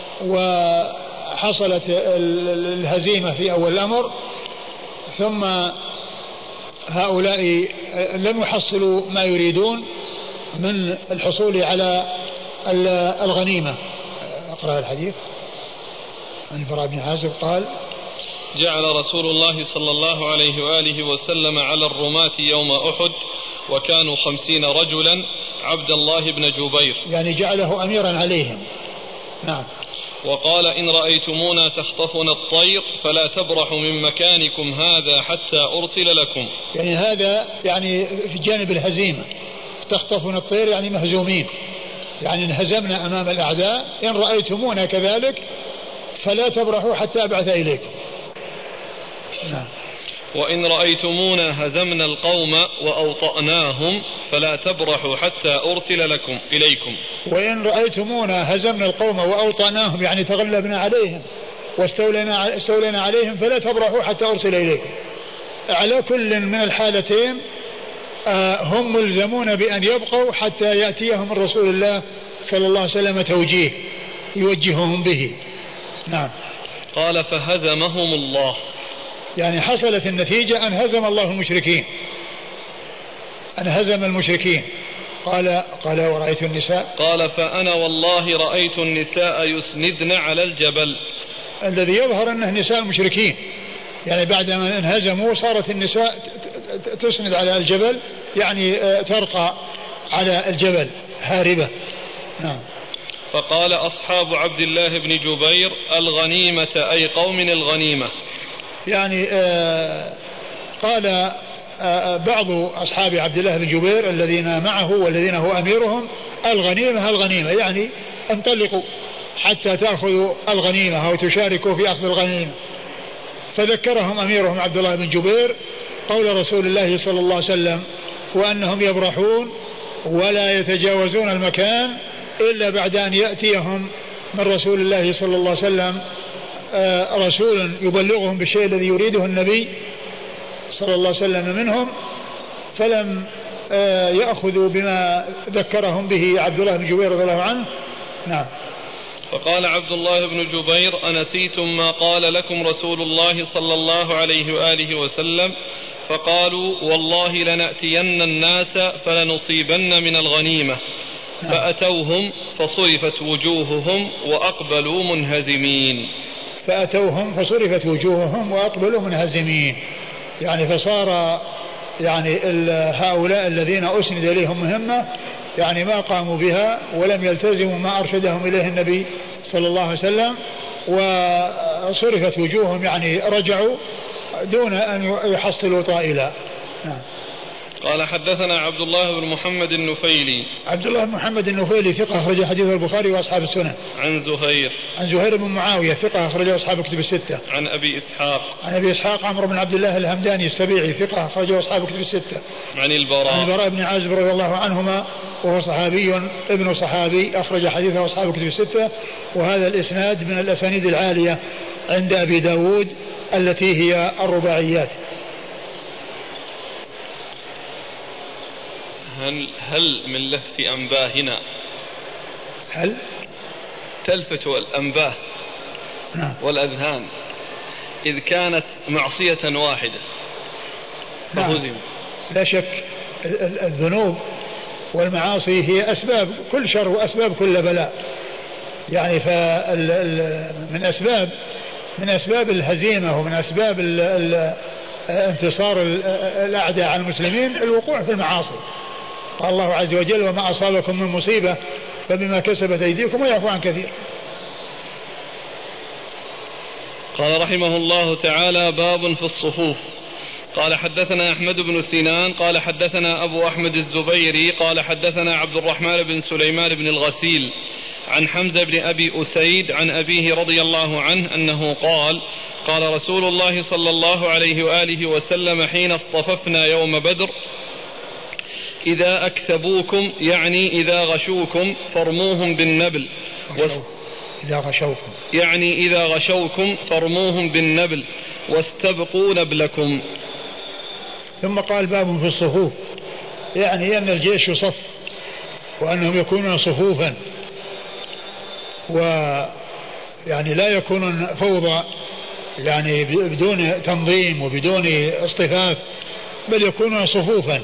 وحصلت الهزيمة في أول الأمر، ثم هؤلاء لم يحصلوا ما يريدون من الحصول على الغنيمة. أقرأ الحديث عن البراء بن عازب قال: جعل رسول الله صلى الله عليه وآله وسلم على الرماة يوم أحد وكانوا خمسين رجلا عبد الله بن جبير، يعني جعله أميرا عليهم. نعم. وقال: إن رأيتمونا تخطفنا الطير فلا تبرحوا من مكانكم هذا حتى أرسل لكم. يعني هذا يعني في جانب الهزيمة، تخطفنا الطير يعني مهزومين، يعني انهزمنا أمام الأعداء، إن رأيتمونا كذلك فلا تبرحوا حتى أبعث إليكم. نعم. وإن رأيتمونا هزمنا القوم وأوطأناهم فلا تبرحوا حتى أرسل لكم إليكم. وإن رأيتمونا هزمنا القوم وأوطأناهم يعني تغلبنا عليهم واستولينا استولينا عليهم فلا تبرحوا حتى أرسل إليكم. على كل من الحالتين هم ملزمون بأن يبقوا حتى يأتيهم رسول الله صلى الله عليه وسلم توجيه يوجههم به. نعم. قال: فهزمهم الله، يعني حصلت النتيجة أن هزم الله المشركين، أن هزم المشركين. قال قال ورأيت النساء، قال: فأنا والله رأيت النساء يسندن على الجبل. الذي يظهر أنه نساء المشركين، يعني بعد ما انهزموا صارت النساء تسند على الجبل، يعني ترقى على الجبل هاربة. نعم. فقال أصحاب عبد الله بن جبير: الغنيمة أي قوم الغنيمة. يعني آه قال آه بعض أصحاب عبد الله بن جبير الذين معه والذين هو أميرهم: الغنيمة الغنيمة، يعني انطلقوا حتى تأخذوا الغنيمة أو تشاركوا في أخذ الغنيمة. فذكرهم أميرهم عبد الله بن جبير قول رسول الله صلى الله عليه وسلم، وأنهم يبرحون ولا يتجاوزون المكان إلا بعد أن يأتيهم من رسول الله صلى الله عليه وسلم رسول يبلغهم بالشيء الذي يريده النبي صلى الله عليه وسلم منهم، فلم يأخذوا بما ذكرهم به عبد الله بن جبير رضي الله عنه. نعم. فقال عبد الله بن جبير: أنسيتم ما قال لكم رسول الله صلى الله عليه وآله وسلم؟ فقالوا: والله لنأتين الناس فلنصيبن من الغنيمة. فأتوهم فصرفت وجوههم وأقبلوا منهزمين. فأتوهم فصرفت وجوههم وأقبلوا منهزمين، يعني فصار يعني هؤلاء الذين أسند إليهم مهمة يعني ما قاموا بها ولم يلتزموا ما أرشدهم إليه النبي صلى الله عليه وسلم، وصرفت وجوههم يعني رجعوا دون أن يحصلوا طائلا. نعم. قال: حدثنا عبد الله بن محمد النفيلي. عبد الله بن محمد النفيلي ثقة أخرج حديث البخاري وأصحاب السنن. عن زهير. عن زهير بن معاوية ثقة أخرجه أصحاب كتب الستة. عن أبي إسحاق. عن أبي إسحاق عمرو بن عبد الله الهمداني السبيعي ثقة أخرجه أصحاب كتب الستة. عن البراء. عن البراء بن عازب رضي الله عنهما وهو صحابي ابن صحابي أخرج حديثه أصحاب كتب الستة. وهذا الإسناد من الأسانيد العالية عند أبي داود التي هي الرباعيات. هل, هل من لفس أنباه هنا هل تلفت الأنباه نعم. والأذهان إذ كانت معصية واحدة فهزم؟ نعم. لا شك الذنوب والمعاصي هي أسباب كل شر وأسباب كل بلاء، يعني فمن أسباب من أسباب الهزيمة ومن أسباب ال ال انتصار الأعداء على المسلمين الوقوع في المعاصي. قال الله عز وجل: وما أصابكم من مصيبة فبما كسبت أيديكم ويعفو عن كثير. قال رحمه الله تعالى: باب في الصفوف. قال: حدثنا أحمد بن سنان قال حدثنا أبو أحمد الزبيري قال حدثنا عبد الرحمن بن سليمان بن الغسيل عن حمزة بن أبي أسيد عن أبيه رضي الله عنه أنه قال: قال رسول الله صلى الله عليه وآله وسلم حين اصطففنا يوم بدر: إذا أكثبوكم يعني إذا غشوكم فارموهم بالنبل. إذا غشوكم يعني إذا غشوكم فارموهم بالنبل واستبقوا نبلكم. ثم قال باب في الصفوف، يعني أن الجيش يصف وأنهم يكونون صفوفا، ويعني لا يكونون فوضى يعني بدون تنظيم وبدون اصطفاف، بل يكونون صفوفا.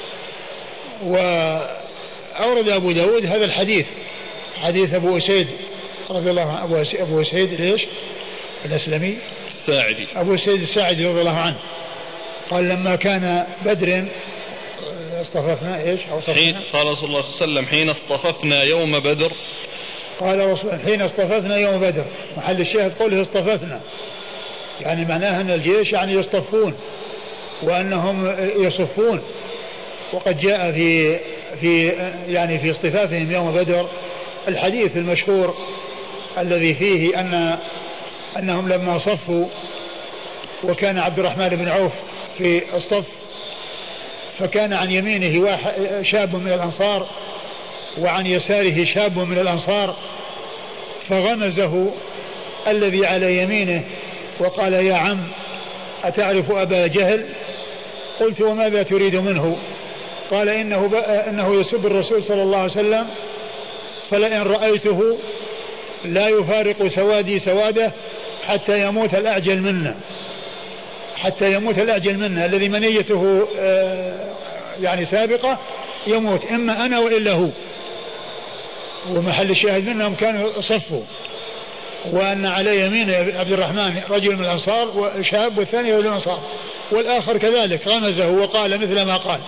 وأورد أبو داود هذا الحديث، حديث أبو أسيد رضي الله عنه. أبو أسيد ليش الأسلمي الساعدي، أبو أسيد الساعدي رضي الله عنه قال لما كان بدر اصطففنا ايش أو حين قال رسول الله صلى الله عليه وسلم حين اصطففنا يوم بدر، قال رسول حين اصطففنا يوم بدر، محل الشاهد قوله اصطففنا، يعني معناها أن الجيش يعني يصطفون وأنهم يصفون. وقد جاء في في يعني في اصطفافهم يوم بدر الحديث المشهور الذي فيه أن أنهم لما صفوا وكان عبد الرحمن بن عوف في الصف، فكان عن يمينه واحد شاب من الأنصار وعن يساره شاب من الأنصار، فغمزه الذي على يمينه وقال يا عم أتعرف أبا جهل؟ قلت وماذا تريد منه؟ قال إنه, إنه يسب الرسول صلى الله عليه وسلم، فلئن رأيته لا يفارق سوادي سواده حتى يموت الأعجل منا، حتى يموت الأعجل منا الذي منيته يعني سابقة يموت، إما أنا وإلا هو. ومحل الشاهد منهم كانوا صفوا، وأن على يمين عبد الرحمن رجل من الأنصار وشاب والثاني رجل من الأنصار، والآخر كذلك غمزه وقال مثل ما قال،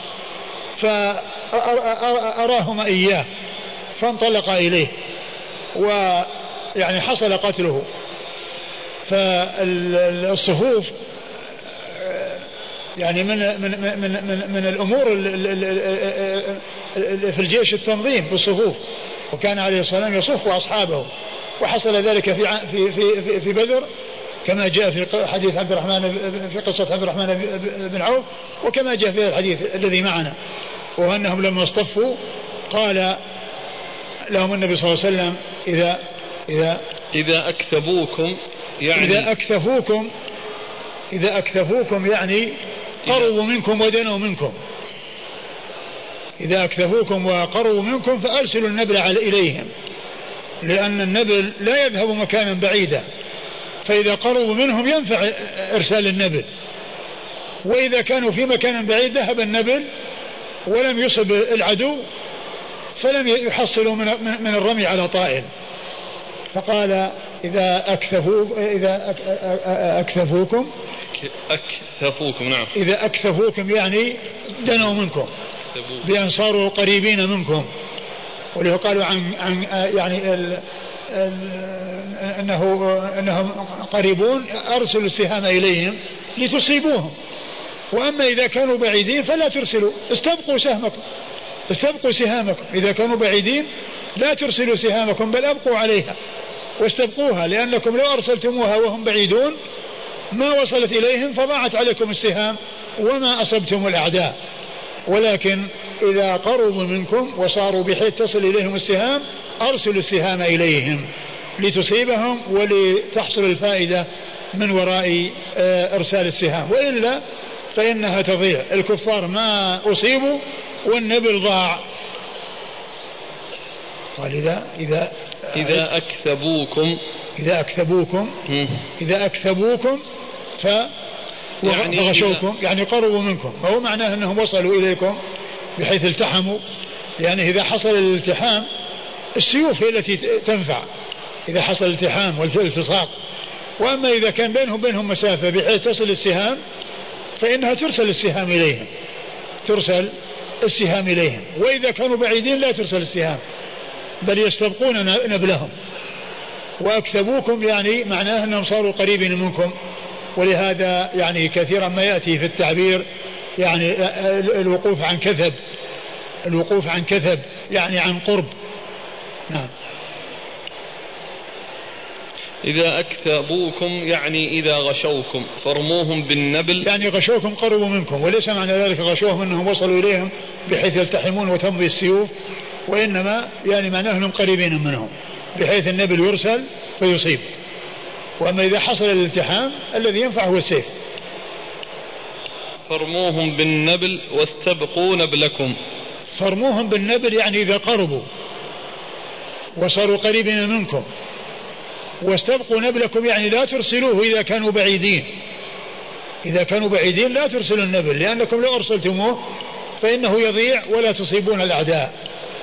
فأراهما إياه فانطلق إليه ويعني حصل قتله. فالصفوف يعني من من من من, من الأمور في الجيش التنظيم بالصفوف، وكان عليه الصلاة والسلام يصف أصحابه، وحصل ذلك في في في في بدر كما جاء في حديث عبد الرحمن في قصة عبد الرحمن بن عوف، وكما جاء في الحديث الذي معنا، وأنهم لما اصطفوا قال لهم النبي صلى الله عليه وسلم إذا إذا إذا أكثبوكم يعني إذا أكثفوكم إذا أكثفوكم يعني قربوا منكم ودنوا منكم، إذا أكثفوكم وقربوا منكم فأرسلوا النبل إليهم، لأن النبل لا يذهب مكانا بعيدا، فإذا قربوا منهم ينفع إرسال النبل، وإذا كانوا في مكان بعيد ذهب النبل ولم يصب العدو فلم يحصلوا من من الرمي على طائل. فقال إذا أكثفوا إذا أكثفوكم أكثفوكم نعم إذا أكثفوكم يعني دنوا منكم بأن صاروا قريبين منكم، وليه قالوا عن عن يعني ال ال أنه أنهم قريبون أرسلوا السهام إليهم لتصيبوهم، وأما إذا كانوا بعيدين فلا ترسلوا، استبقوا سهمكم استبقوا سهامكم، إذا كانوا بعيدين لا ترسلوا سهامكم بل أبقوا عليها واستبقوها، لأنكم لو أرسلتموها وهم بعيدون ما وصلت إليهم فضاعت عليكم السهام وما أصبتم الأعداء. ولكن إذا قربوا منكم وصاروا بحيث تصل إليهم السهام أرسلوا السهام إليهم لتصيبهم ولتحصل الفائدة من وراء إرسال السهام، وإلا فإنها تضيع، الكفار ما أصيبوا والنبل ضاع. قال إذا إذا إذا أكثبوكم إذا أكثبوكم إذا أكثبوكم ف يعني فغشوكم يعني قربوا منكم، فهو معناه أنهم وصلوا إليكم بحيث التحموا، يعني إذا حصل الالتحام السيوف هي التي تنفع إذا حصل الالتحام والالتصاق، وأما إذا كان بينهم بينهم مسافة بحيث تصل السهام فإنها ترسل السهام إليهم ترسل السهام إليهم وإذا كانوا بعيدين لا ترسل السهام بل يستبقون نبلهم. وأكثبوكم يعني معناه أنهم صاروا قريبين منكم، ولهذا يعني كثيرا ما يأتي في التعبير يعني الوقوف عن كثب الوقوف عن كثب يعني عن قرب. نعم. إذا أكثبوكم يعني إذا غشوكم فارموهم بالنبل، يعني غشوكم قربوا منكم، وليس معنى ذلك غشوهم أنهم وصلوا إليهم بحيث يلتحمون وتمضي السيوف، وإنما يعني معناه أنهم قريبين منهم بحيث النبل يرسل فيصيب. وأما إذا حصل الالتحام الذي ينفع هو السيف. فرموهم بالنبل واستبقوا نبلكم. فرموهم بالنبل يعني إذا قربوا وصاروا قريبين منكم، واستبقوا نبلكم يعني لا ترسلوه إذا كانوا بعيدين. إذا كانوا بعيدين لا ترسلوا النبل، لأنكم لو أرسلتموه فإنه يضيع ولا تصيبون الأعداء.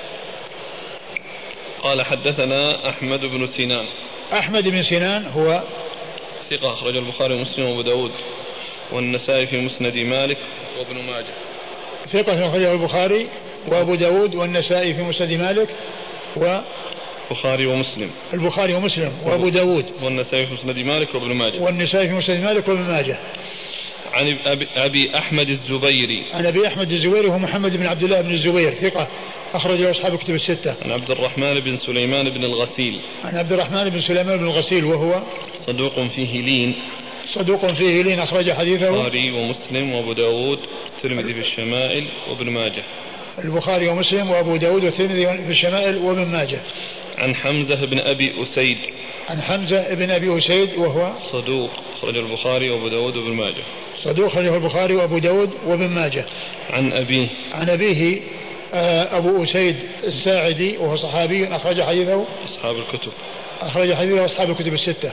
قال حدثنا أحمد بن سنان. أحمد بن سنان هو ثقة أخرج البخاري ومسلم وأبو داود والنسائي في مسند مالك وابن ماجه. ثقة أخرجه البخاري وأبو داود والنسائي في مسند مالك و البخاري ومسلم. البخاري ومسلم وأبو داود والنسائي في مسند مالك وابن ماجه. والنسائي في مسند مالك وابن ماجه. عن أبي, أبي أحمد الزبيري. عن أبي أحمد الزبيري هو محمد بن عبد الله بن الزبير ثقة أخرجه أصحاب كتب الستة. عن عبد الرحمن بن سليمان بن الغسيل. عن عبد الرحمن بن سليمان بن الغسيل وهو صدوق فيه لين. صدوق فيه لين أخرج حديثه البخاري ومسلم وأبو داود والترمذي في الشمائل وابن ماجه. البخاري ومسلم وأبو داود والترمذي في الشمائل وابن ماجه. عن حمزة بن أبي أسيد. عن حمزة بن أبي أسيد وهو صدوق أخرج البخاري وأبو داود وابن ماجه. صدوق أخرجه البخاري وأبو داود وابن ماجه. عن أبيه. عن أبيه أبو أسيد الساعدي وهو صحابي أخرج حديثه أصحاب الكتب. أخرج حديثه أصحاب الكتب الستة.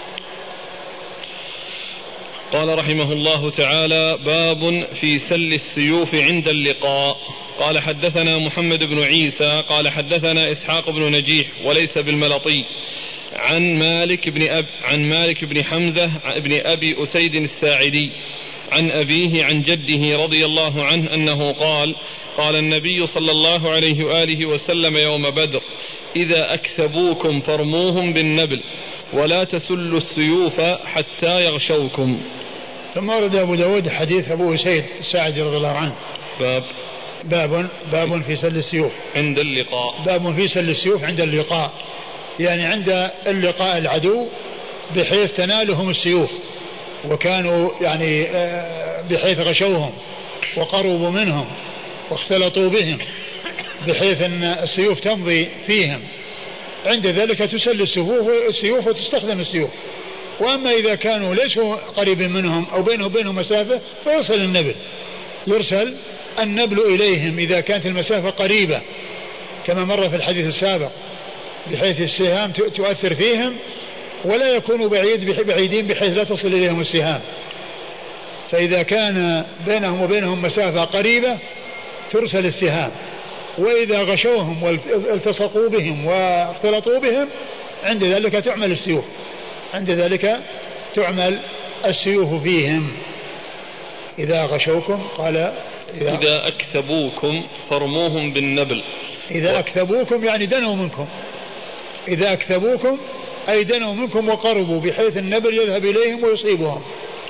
قال رحمه الله تعالى: باب في سل السيوف عند اللقاء. قال حدثنا محمد بن عيسى قال حدثنا إسحاق بن نجيح وليس بالملطي عن مالك بن أب عن مالك بن حمزة بن أبي أسيد الساعدي عن أبيه عن جده رضي الله عنه أنه قال: قال النبي صلى الله عليه وآله وسلم يوم بدر: إذا أكثبوكم فارموهم بالنبل ولا تسلوا السيوف حتى يغشوكم. ثم ورد أبو داود حديث أبو أسيد الساعدي رضي الله عنه. باب باب باب في سل السيوف عند اللقاء. باب في سل السيوف عند اللقاء، يعني عند اللقاء العدو بحيث تنالهم السيوف، وكانوا يعني بحيث غشوهم وقربوا منهم واختلطوا بهم بحيث أن السيوف تمضي فيهم، عند ذلك تسل السيوف وتستخدم السيوف. وأما إذا كانوا ليسوا قريب منهم أو بينه وبينهم مسافة فيرسل النبل يرسل النبل إليهم إذا كانت المسافة قريبة كما مر في الحديث السابق، بحيث السهام تؤثر فيهم ولا يكونوا بعيد بعيدين بحيث لا تصل إليهم السهام. فإذا كان بينهم وبينهم مسافة قريبة ترسل السهام، وإذا غشوهم والتصقوا بهم واختلطوا بهم عند ذلك تعمل السيوف عند ذلك تعمل السيوف فيهم. إذا غشوكم قال إذا, إذا أكثبوكم فارموهم بالنبل. إذا أكثبوكم يعني دنوا منكم، إذا أكثبوكم أي دنوا منكم وقربوا بحيث النبل يذهب إليهم ويصيبهم.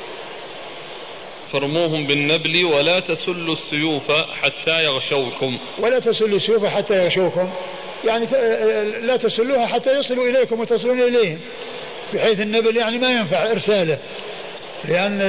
فارموهم بالنبل ولا تسلوا السيوف حتى يغشوكم. ولا تسلوا السيوف حتى يغشوكم يعني لا تسلوها حتى يصلوا إليكم وتصلون إليهم، بحيث النبل يعني ما ينفع إرساله لأن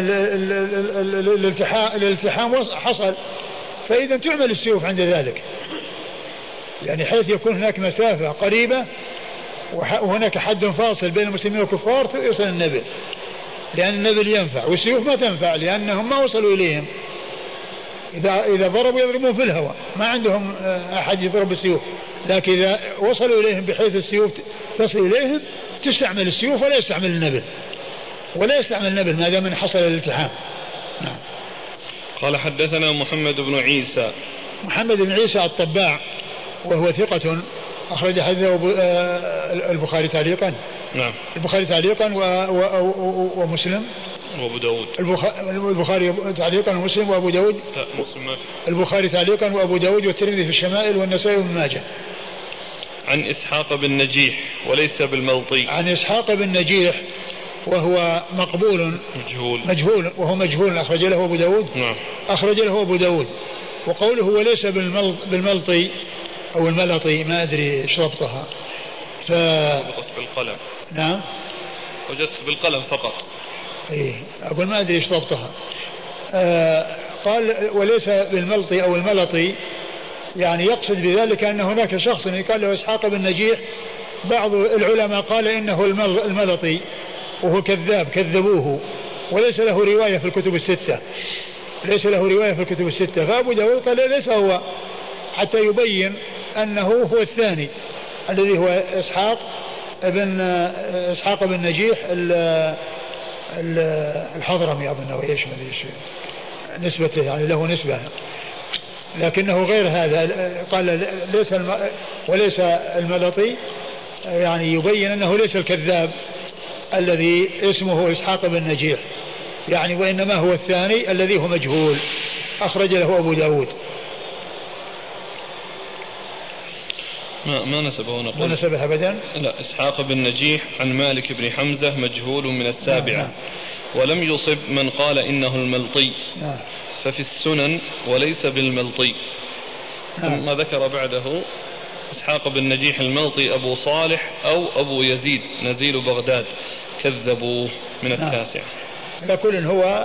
الالتحام حصل، فإذا تعمل السيوف عند ذلك، يعني حيث يكون هناك مسافة قريبة وهناك حد فاصل بين المسلمين والكفار يصل النبل، لأن النبل ينفع والسيوف ما تنفع لأنهم ما وصلوا إليهم. إذا إذا ضربوا يضربون في الهواء ما عندهم أحد يضرب السيوف، لكن إذا وصلوا إليهم بحيث السيوف تصل إليهم تستعمل السيوف ولا يستعمل النبل ولا يستعمل النبل ما دام حصل الالتحام. نعم. قال حدثنا محمد بن عيسى. محمد بن عيسى الطباع وهو ثقة أخرج حديثه البخاري تعليقا. نعم. البخاري تعليقا و... و... ومسلم وابو داود. البخاري تعليقا ومسلم وابو داود. لا مسلم ما في. البخاري تعليقا وابو داود والترمذي في الشمائل والنسائي وابن ماجه. عن إسحاق بن نجيح وليس بالملطي. عن إسحاق بن نجيح وهو مقبول مجهول مجهول وهو مجهول أخرج له أبو داود. نعم. أخرج له أبو داود. وقوله وليس بالملطي أو الملطي ما أدري ايش ضبطها. ف بالقلم. نعم. وجدت بالقلم فقط. إيه أقول ما أدري ايش ضبطها. آه قال وليس بالملطي أو الملطي، يعني يقصد بذلك أن هناك شخص يقال له إسحاق بن نجيح بعض العلماء قال إنه الملطي وهو كذاب كذبوه وليس له رواية في الكتب الستة ليس له رواية في الكتب الستة. فأبو داود قال ليس هو حتى يبين أنه هو الثاني الذي هو إسحاق ابن إسحاق بن نجيح الحضرمي أظن إيش نسبته يعني له نسبة لكنه غير هذا. قال ليس الم... وليس الملطي يعني يبين أنه ليس الكذاب الذي اسمه إسحاق بن نجيح يعني وإنما هو الثاني الذي هو مجهول أخرج له أبو داود. ما, ما نسبه نقول ما نسبه أبدا. لا إسحاق بن نجيح عن مالك بن حمزة مجهول من السابعة. نعم. ولم يصب من قال إنه الملطي. نعم. ففي السنن وليس بالملطي. نعم. ثم ذكر بعده إسحاق بن نجيح الملطي أبو صالح أو أبو يزيد نزيل بغداد كذبوه من التاسع. نعم. لكل هو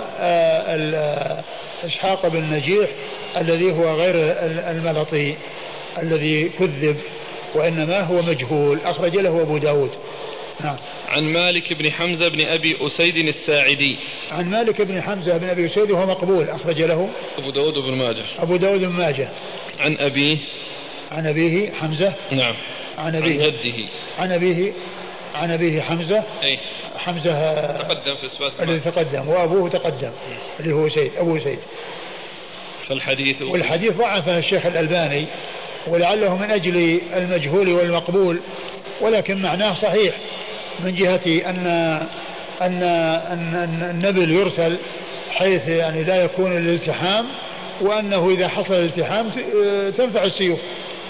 إسحاق بن نجيح الذي هو غير الملطي الذي كذب وإنما هو مجهول أخرج له أبو داود. نعم. عن مالك بن حمزة بن أبي أسيد الساعدي. عن مالك بن حمزة بن أبي أسيد وهو مقبول أخرج له أبو داود بن ماجه. أبو داود بن ماجه. عن أبيه. عن أبيه حمزة. نعم. عن أبيه. عن جده. عن أبيه. عن أبيه حمزة. أي. حمزة تقدم في السباس الذي تقدم وأبوه تقدم اللي هو سيد أبو سيد. فالحديث والحديث ضعفه الشيخ الألباني ولعله من أجل المجهول والمقبول ولكن معناه صحيح من جهة أن أن أن النبل يرسل حيث يعني لا يكون الالتحام وأنه إذا حصل الالتحام تنفع السيوف.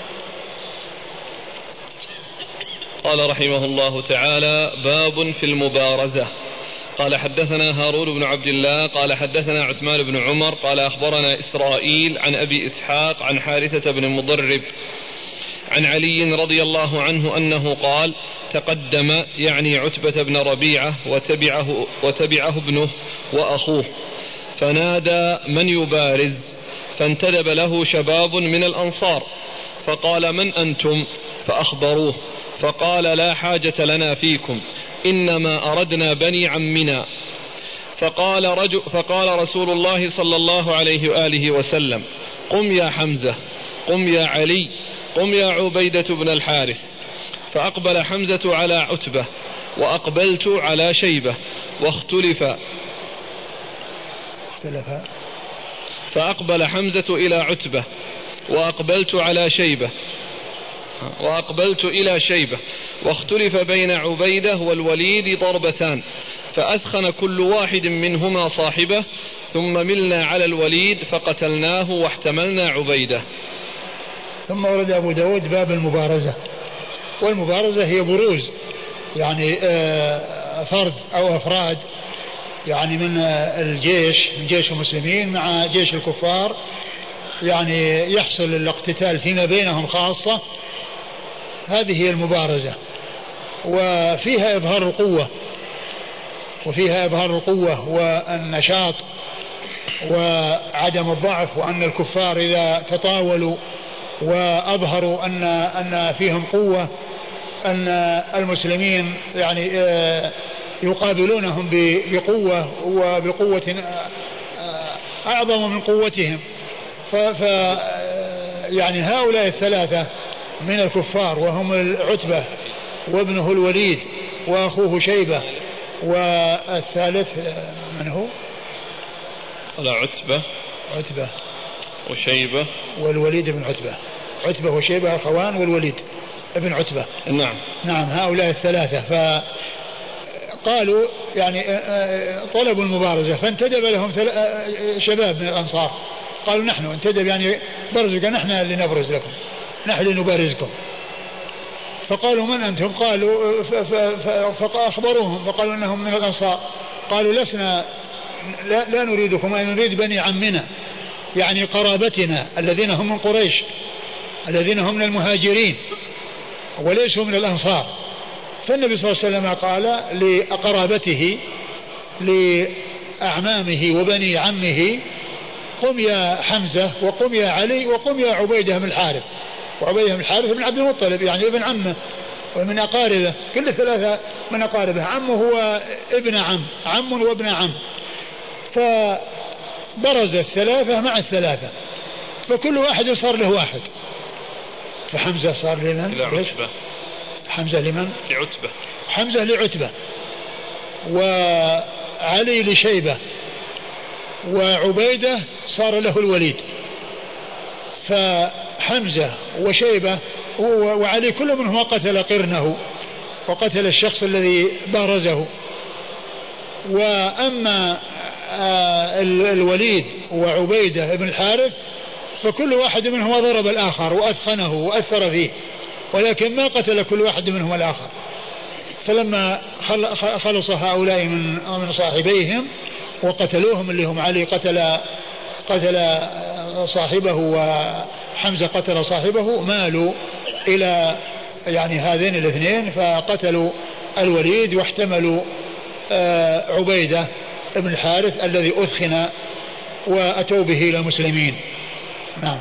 قال رحمه الله تعالى باب في المبارزة. قال حدثنا هارون بن عبد الله قال حدثنا عثمان بن عمر قال أخبرنا إسرائيل عن أبي إسحاق عن حارثة بن مضرب عن علي رضي الله عنه أنه قال تقدم يعني عتبة بن ربيعة وتبعه, وتبعه ابنه وأخوه فنادى من يبارز فانتدب له شباب من الأنصار فقال من أنتم فأخبروه فقال لا حاجة لنا فيكم إنما أردنا بني عمنا. فقال, رجل فقال رسول الله صلى الله عليه وآله وسلم قم يا حمزة قم يا علي قم يا عبيدة بن الحارث. فأقبل حمزة على عتبة وأقبلت على شيبة واختلف فأقبل حمزة إلى عتبة وأقبلت على شيبة وأقبلت إلى شيبة واختلف بين عبيدة والوليد ضربتان فأثخن كل واحد منهما صاحبه ثم ملنا على الوليد فقتلناه واحتملنا عبيدة. ثم ورد أبو داود باب المبارزة. والمبارزة هي بروز يعني فرد أو أفراد يعني من الجيش من جيش المسلمين مع جيش الكفار يعني يحصل الاقتتال فيما بينهم خاصة. هذه هي المبارزة وفيها إظهار القوة وفيها إظهار القوة والنشاط وعدم الضعف وأن الكفار إذا تطاولوا وأظهروا أن أن فيهم قوة أن المسلمين يعني يقابلونهم بقوة وبقوة أعظم من قوتهم. ف يعني هؤلاء الثلاثة من الكفار وهم العتبة وابنه الوليد وأخوه شيبة والثالث من هو؟ قال عتبة عتبة وشيبة والوليد بن عتبة. عتبة وشيبة أخوان والوليد ابن عتبة. نعم نعم هؤلاء الثلاثة. فقالوا يعني طلبوا المبارزة فانتدب لهم شباب من الأنصار قالوا نحن انتدب يعني برزك نحن اللي نبرز لكم نحن اللي نبارزكم. فقالوا من أنتم قالوا فأخبروهم فقالوا أنهم من الأنصار. قالوا لسنا لا, لا نريدكم أن نريد بني عمنا يعني قرابتنا الذين هم من قريش الذين هم من المهاجرين وليسوا من الأنصار. فالنبي صلى الله عليه وسلم قال لقرابته لأعمامه وبني عمه قم يا حمزة وقم يا علي وقم يا عبيدة بن الحارث. وعبيدة بن الحارث بن عبد المطلب يعني ابن عمه ومن أقاربه، كل الثلاثة من أقاربه. عمه هو ابن عم، عم وابن عم، فبرز الثلاثة مع الثلاثة، فكل واحد صار له واحد. فحمزة صار لمن؟ لعتبة. حمزة لمن؟ لعتبة. حمزة لعتبة، وعلي لشيبة، وعبيدة صار له الوليد. فحمزة وشيبة وعلي كل منهما قتل قرنه وقتل الشخص الذي بارزه. وأما الوليد وعبيدة بن الحارث فكل واحد منهما ضرب الآخر وأثخنه وأثر فيه، ولكن ما قتل كل واحد منهما الآخر. فلما خلص هؤلاء من صاحبيهم وقتلوهم، اللي هم علي قتل قتل صاحبه وحمزة قتل صاحبه، مالوا إلى يعني هذين الاثنين فقتلوا الوليد واحتملوا عبيدة بن الحارث الذي أثخن وأتوا به إلى المسلمين. نعم.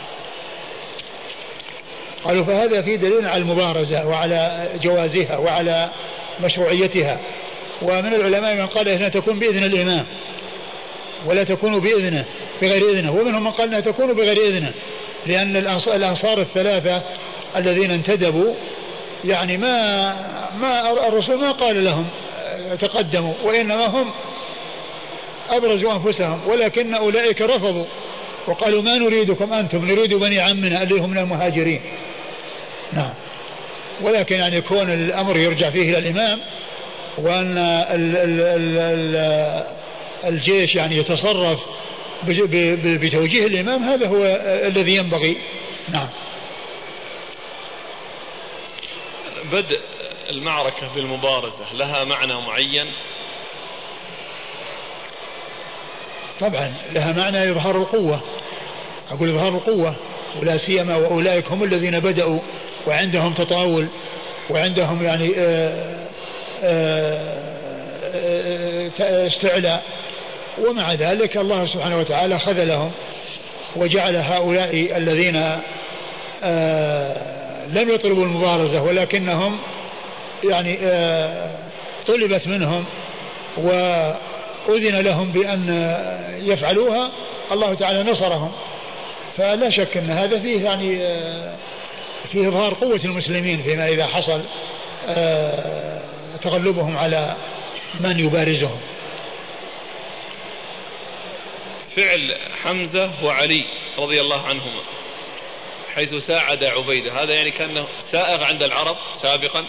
قالوا فهذا فيه دليل على المبارزة وعلى جوازها وعلى مشروعيتها. ومن العلماء من قال إنها تكون بإذن الإمام ولا تكون بإذنه بغير إذنه، ومنهم من قال إنها تكون بغير إذنه، لأن الأنصار الثلاثة الذين انتدبوا يعني ما ما الرسول ما قال لهم تقدموا، وإنما هم أبرزوا أنفسهم، ولكن أولئك رفضوا وقالوا ما نريدكم أنتم، نريد بني عمنا اللي هم من المهاجرين. نعم. ولكن يعني يكون الأمر يرجع فيه إلى الإمام، وأن ال ال ال ال الجيش يعني يتصرف بتوجيه الإمام، هذا هو الذي ينبغي. نعم. بدء المعركة بالمبارزة لها معنى معين؟ طبعا لها معنى إظهار القوة، أقول إظهار القوة، ولا سيما وأولئك هم الذين بدأوا وعندهم تطاول وعندهم يعني استعلاء، ومع ذلك الله سبحانه وتعالى خذلهم وجعل هؤلاء الذين لم يطلبوا المبارزة ولكنهم يعني طلبت منهم وأذن لهم بأن يفعلوها، الله تعالى نصرهم. فلا شك أن هذا فيه يعني فيه إظهار قوة المسلمين فيما إذا حصل تغلبهم على من يبارزهم. فعل حمزة وعلي رضي الله عنهما حيث ساعد عبيدة، هذا يعني كان سائغ عند العرب سابقا؟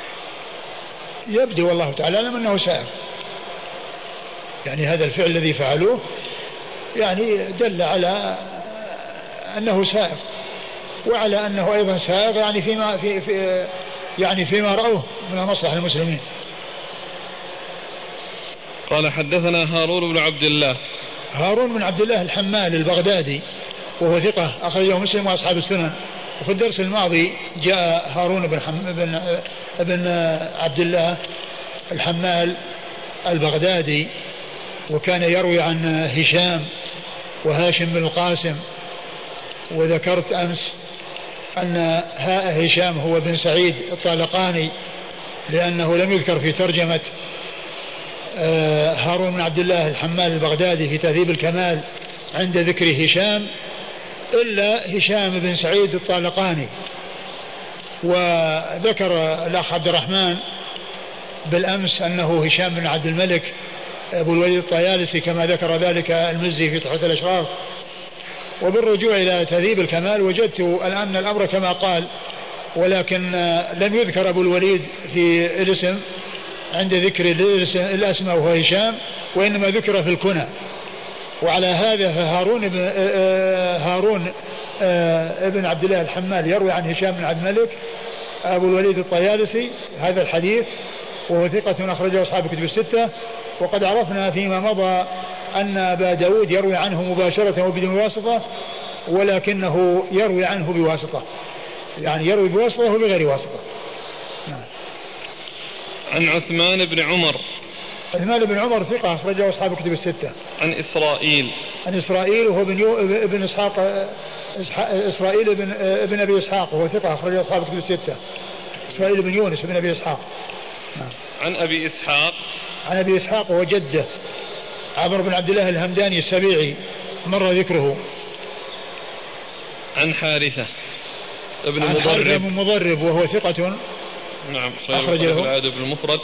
يبدو والله تعالى أعلم أنه سائغ، يعني هذا الفعل الذي فعلوه يعني دل على أنه سائغ، وعلى أنه أيضا سائغ يعني فيما في في يعني فيما رأوه من مصلحة المسلمين. قال حدثنا هارون بن عبد الله. هارون بن عبد الله الحمال البغدادي وهو ثقة أخرجه مسلم وأصحاب السنن. وفي الدرس الماضي جاء هارون بن, حم... بن... بن عبد الله الحمال البغدادي، وكان يروي عن هشام وهاشم بن القاسم. وذكرت أمس أن هاء هشام هو بن سعيد الطالقاني، لأنه لم يذكر في ترجمة هارون بن عبد الله الحمال البغدادي في تهذيب الكمال عند ذكر هشام إلا هشام بن سعيد الطالقاني. وذكر الأخ عبد الرحمن بالأمس أنه هشام بن عبد الملك أبو الوليد الطيالسي كما ذكر ذلك المزي في تحفة الأشراف. وبالرجوع إلى تهذيب الكمال وجدت الآن الأمر كما قال، ولكن لم يذكر أبو الوليد في الاسم عند ذكر الأسماء وهو هشام، وإنما ذكر في الكنى. وعلى هذا فهارون ابن هارون ابن عبد الله الحمال يروي عن هشام بن عبد الملك أبو الوليد الطيالسي هذا الحديث، وهو ثقة أخرجه أصحاب الكتب الستة. وقد عرفنا فيما مضى أن أبا داود يروي عنه مباشرة وبدون واسطة، ولكنه يروي عنه بواسطة، يعني يروي بواسطة وبغير واسطة. عن عثمان بن عمر. عثمان بن عمر ثقة أخرجه أصحاب الكتب الستة. عن إسرائيل. عن إسرائيل وهو بن يو... ابن إسحاق إسرائيل بن ابن أبي إسحاق وهو ثقة أخرجه أصحاب الكتب الستة. إسرائيل بن يونس بن أبي إسحاق. عن أبي إسحاق عن أبي إسحاق وجده عمرو بن عبد الله الهمداني السبيعي مر ذكره. عن حارثة ابن عن مضرب بن مضرب وهو ثقة. نعم أخرج له الأدب المفرد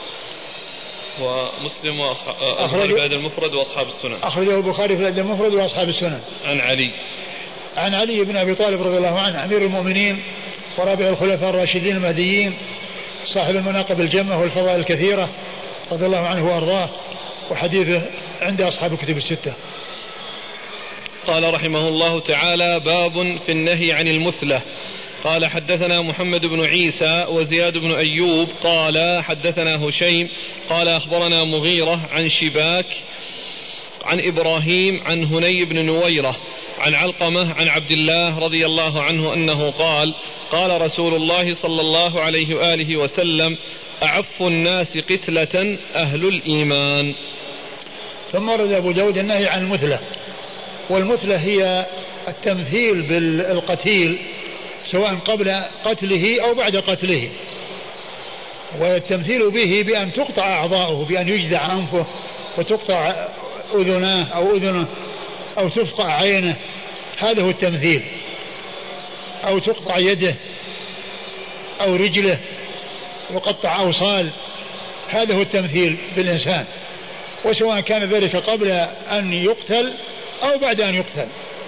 ومسلم وأصحاب الأدب المفرد وأصحاب السنن. أخرجه البخاري في الأدب المفرد وأصحاب السنن. عن علي عن علي بن أبي طالب رضي الله عنه أمير المؤمنين ورابع الخلفاء الراشدين المهديين صاحب المناقب الجمة والفضائل الكثيرة رضي الله عنه وأرضاه، وحديثه عند أصحاب الكتب الستة. قال رحمه الله تعالى: باب في النهي عن المثلة. قال حدثنا محمد بن عيسى وزياد بن أيوب قال حدثنا هشيم قال أخبرنا مغيرة عن شباك عن إبراهيم عن هني بن نويرة عن علقمة عن عبد الله رضي الله عنه أنه قال: قال رسول الله صلى الله عليه وآله وسلم: أعف الناس قتلة أهل الإيمان. ثم ورد أبو داود النهي عن المثلة، والمثلة هي التمثيل بالقتيل سواء قبل قتله أو بعد قتله، والتمثيل به بأن تقطع أعضاؤه، بأن يجدع أنفه وتقطع أذناه أو أذنه أو تفقع عينه، هذا هو التمثيل، أو تقطع يده أو رجله وقطع أوصال، هذا هو التمثيل بالإنسان، وسواء كان ذلك قبل أن يقتل أو بعد أن يقتل.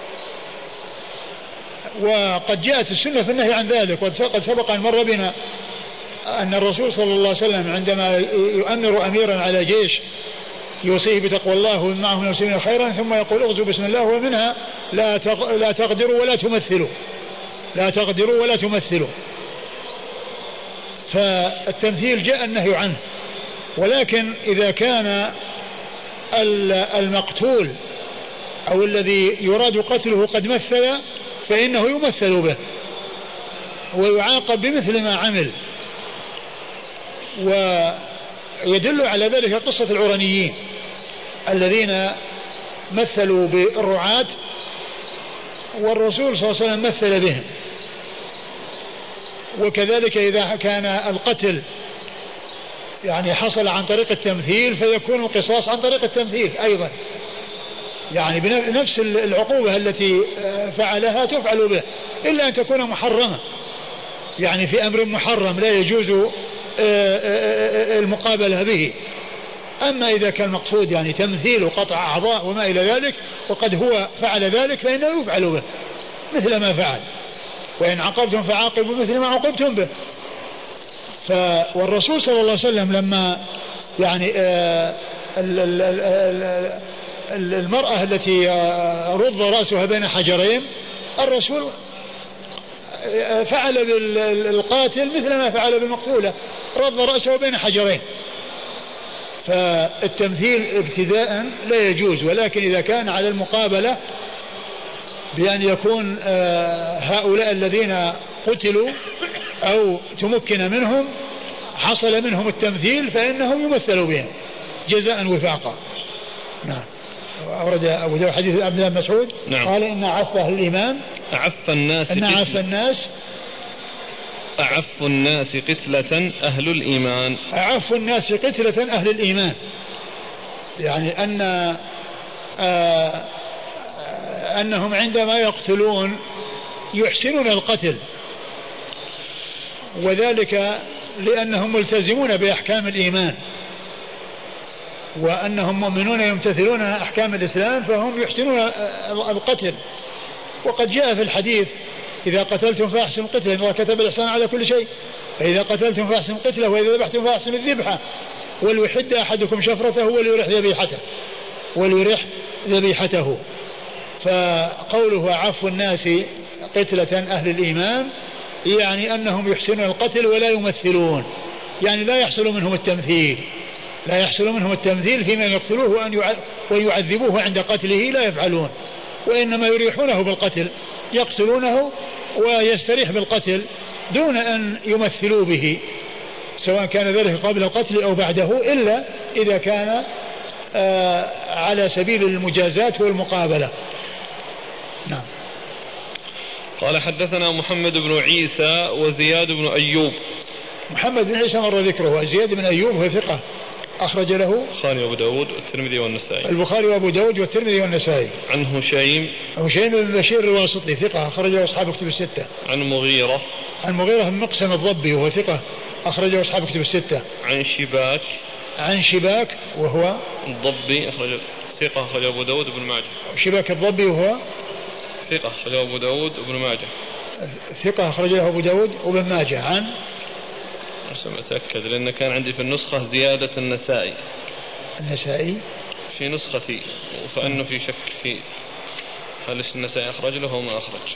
وقد جاءت السنة في النهي عن ذلك، وقد سبق أن مر بنا أن الرسول صلى الله عليه وسلم عندما يؤمر أميرا على جيش يوصيه بتقوى الله ومن معه من المسلمين خيرا ثم يقول: اغزوا بسم الله ومنها لا لا تقدروا ولا تمثلوا، لا تقدروا ولا تمثلوا. فالتمثيل جاء النهي عنه، ولكن إذا كان المقتول أو الذي يراد قتله قد مثل فإنه يمثل به ويعاقب بمثل ما عمل. ويدل على ذلك قصة العرنيين الذين مثلوا بالرعاة والرسول صلى الله عليه وسلم مثل بهم. وكذلك إذا كان القتل يعني حصل عن طريق التمثيل فيكون القصاص عن طريق التمثيل أيضا، يعني بنفس العقوبة التي فعلها تفعل به، إلا أن تكون محرمة، يعني في أمر محرم لا يجوز المقابلة به. أما إذا كان مقصود يعني تمثيل وقطع أعضاء وما إلى ذلك وقد هو فعل ذلك فإنه يفعل به مثل ما فعل، وإن عاقبتم فعاقبوا مثل ما عوقبتم به. ف والرسول صلى الله عليه وسلم لما يعني المرأة التي رض رأسها بين حجرين الرسول فعل بالقاتل مثل ما فعل بالمقتولة، رض رأسه بين حجرين. فالتمثيل ابتداء لا يجوز، ولكن إذا كان على المقابلة بأن يكون هؤلاء الذين قتلوا أو تمكن منهم حصل منهم التمثيل فإنهم يمثلوا بهم جزاء وفاقا. نعم. أورد أبو داود حديث عبد الله بن مسعود نعم. قال إن عف أهل الإيمان أعف الناس إن عف الناس أعف الناس قتلة أهل الإيمان أعف الناس قتلة أهل الإيمان، يعني أن آه أنهم عندما يقتلون يحسنون القتل، وذلك لأنهم ملتزمون بأحكام الإيمان وأنهم مؤمنون يمتثلون أحكام الإسلام فهم يحسنون القتل. وقد جاء في الحديث: إذا قتلتم فأحسنوا القتل إن الله كتب الإحسان على كل شيء، فإذا قتلتم فأحسنوا القتل وإذا ذبحتم فأحسنوا الذبحة وليحد أحدكم شفرته وليرح ذبيحته وليرح ذبيحته. فقوله أعف الناس قتلة أهل الإيمان يعني أنهم يحسنون القتل ولا يمثلون، يعني لا يحصل منهم التمثيل، لا يحصل منهم التمثيل في من يقتلوه ويعذبوه عند قتله لا يفعلون، وإنما يريحونه بالقتل، يقتلونه ويستريح بالقتل دون أن يمثلوا به سواء كان ذلك قبل القتل أو بعده، إلا إذا كان آه على سبيل المجازات والمقابلة. نعم. قال حدثنا محمد بن عيسى وزياد بن أيوب محمد بن عيسى مر ذكره. زياد بن أيوب هو ثقة أخرج له البخاري وأبو داود والترمذي والنسائي. البخاري وأبو داود والترمذي والنسائي. عن هشيم هشيم بن بشير الواسطي ثقة أخرج له أصحاب كتب الستة. عن مغيرة عن مغيرة بن مقسم الضبي وهو ثقة أخرج له أصحاب كتب الستة. عن شباك عن شباك وهو الضبي أخرج ثقة أخرج أبو داود بن ماجه. شباك الضبي وهو ثقة أخرج أبو داود بن ماجه. ثقة أخرج له أبو داود وابن ماجه. عن عشان أتأكد لأن كان عندي في النسخة زيادة النسائي. النسائي في نسختي فأنه في شك في هل النسائي أخرج له أو ما أخرج.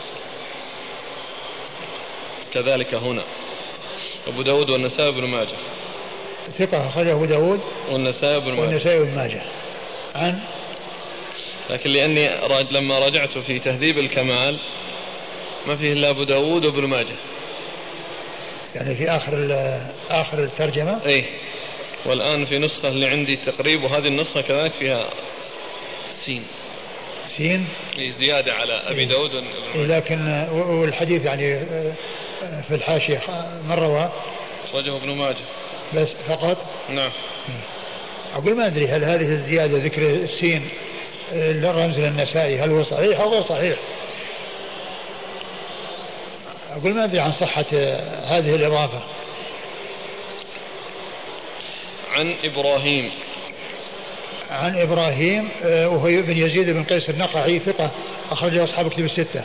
كذلك هنا أبو داود والنسائي بن ماجه. ثقة أخرجه أبو داود والنسائي بن ماجه. والنسائي بن ماجه. عن لكن لأني لما رجعت في تهذيب الكمال ما فيه إلا أبو داود وابن ماجه. يعني في آخر آخر الترجمة. إيه. والآن في نسخة اللي عندي تقريب وهذه النسخة كذلك فيها سين. سين. إيه زيادة على أبي داود. إيه لكن والحديث يعني في الحاشية من رواه؟ أخرجه ابن ماجه. بس فقط. نعم. أقول ما أدري هل هذه الزيادة ذكر السين للرمز للنسائي هل هو صحيح أو غير صحيح. أقول ما أدري عن صحة هذه الإضافة. عن إبراهيم. عن إبراهيم وهو ابن يزيد بن قيس النقعي ثقة أخرجه أصحاب كتب الستة.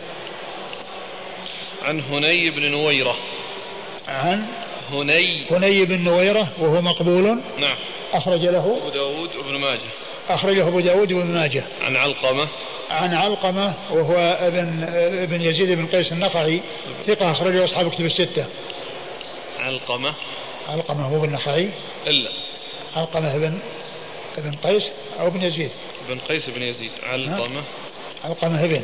عن هني بن نويرة. عن هني هني بن نويرة وهو مقبول. نعم. أخرج له أبو داود وابن ماجه. أخرجه أبو داود وابن ماجه. عن علقمة. عن علقمة وهو ابن ابن يزيد بن قيس النقعي ثقة أخرجه أصحاب كتب الستة. علقمة. علقمة هو النخعي. إلا. علقمة ابن ابن قيس أو ابن يزيد. ابن قيس بن يزيد. علقمة. علقمة ابن.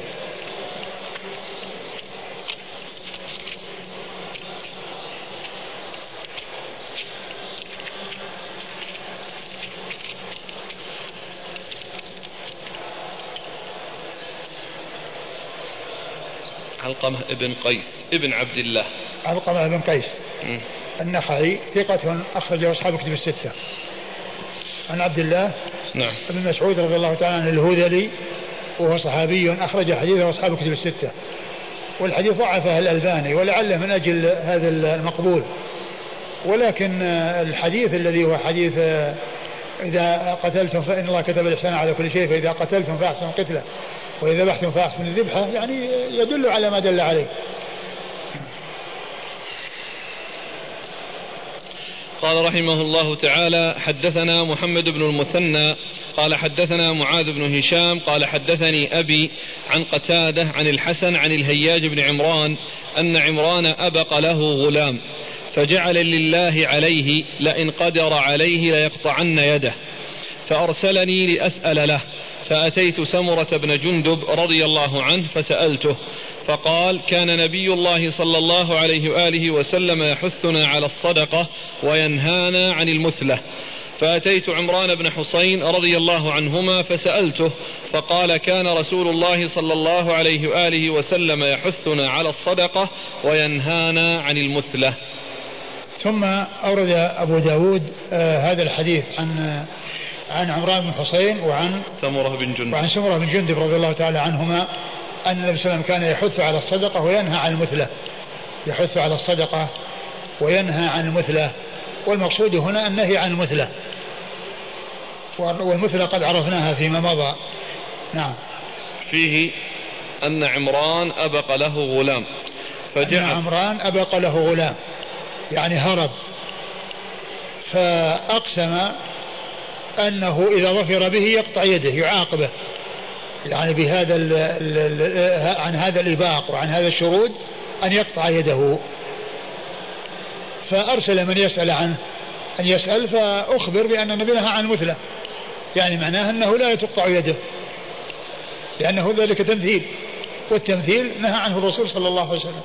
علقمة ابن قيس ابن عبد الله. علقمة ابن قيس م. النخعي ثقة أخرجه أصحاب كتب الستة. عن عبد الله. نعم. ابن مسعود رضي الله تعالى عنه الهذلي وهو صحابي أخرج حديثه أصحاب كتب الستة. والحديث ضعفه الألباني ولعله من أجل هذا المقبول. ولكن الحديث الذي هو حديث إذا قتلتم فإن الله كتب الإحسان على كل شيء فإذا قتلتم فأحسنوا القتلة وإذا ذبحتم فأحسنوا الذبحة يعني يدل على ما دل عليه. قال رحمه الله تعالى حدثنا محمد بن المثنى قال حدثنا معاذ بن هشام قال حدثني أبي عن قتادة عن الحسن عن الهياج بن عمران أن عمران أبق له غلام فجعل لله عليه لئن قدر عليه ليقطعن يده فأرسلني لأسأل له فأتيت سمرة بن جندب رضي الله عنه فسألته فقال كان نبي الله صلى الله عليه وآله وسلم يحثنا على الصدقة وينهانا عن المثلة. فأتيت عمران بن حسين رضي الله عنهما فسألته فقال كان رسول الله صلى الله عليه وآله وسلم يحثنا على الصدقة وينهانا عن المثلة. ثم أورد أبو داود آه هذا الحديث عن عن عمران بن حسين وعن سمرة بن جندب وعن سمرة بن جندب رضي الله تعالى عنهما أن النبي صلى الله عليه وسلم كان يحث على الصدقة وينهى عن المثلة. يحث على الصدقة وينهى عن المثلة. والمقصود هنا النهي عن المثلة والمثلة قد عرفناها فيما مضى. نعم. فيه أن عمران أبق له غلام فجعل أن عمران أبق له غلام يعني هرب فأقسم أنه إذا ظفر به يقطع يده يعاقبه يعني بهذا ال ال عن هذا الإباق وعن هذا الشرود أن يقطع يده. فأرسل من يسأل عنه أن يسأل فأخبر بأن النبي نهى عن المثلة يعني معناه أنه لا تقطع يده لأنه ذلك تمثيل والتمثيل نهى عنه الرسول صلى الله عليه وسلم.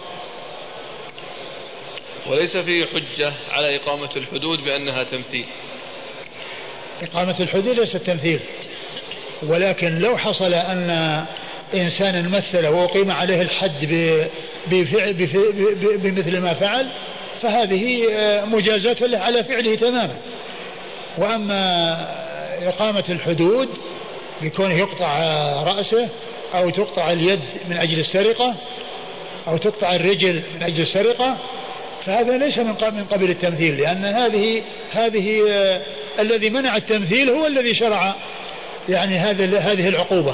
وليس فيه حجة على إقامة الحدود بأنها تمثيل. إقامة الحدود ليست تمثيل ولكن لو حصل أن إنسانا مثل وأقيم عليه الحد بفعل بمثل ما فعل فهذه مجازاة له على فعله تماما. وأما إقامة الحدود بكونه يقطع رأسه أو تقطع اليد من أجل السرقة أو تقطع الرجل من أجل السرقة فهذا ليس من قبيل التمثيل، لأن هذه هذه الذي منع التمثيل هو الذي شرع يعني هذه هذه العقوبة.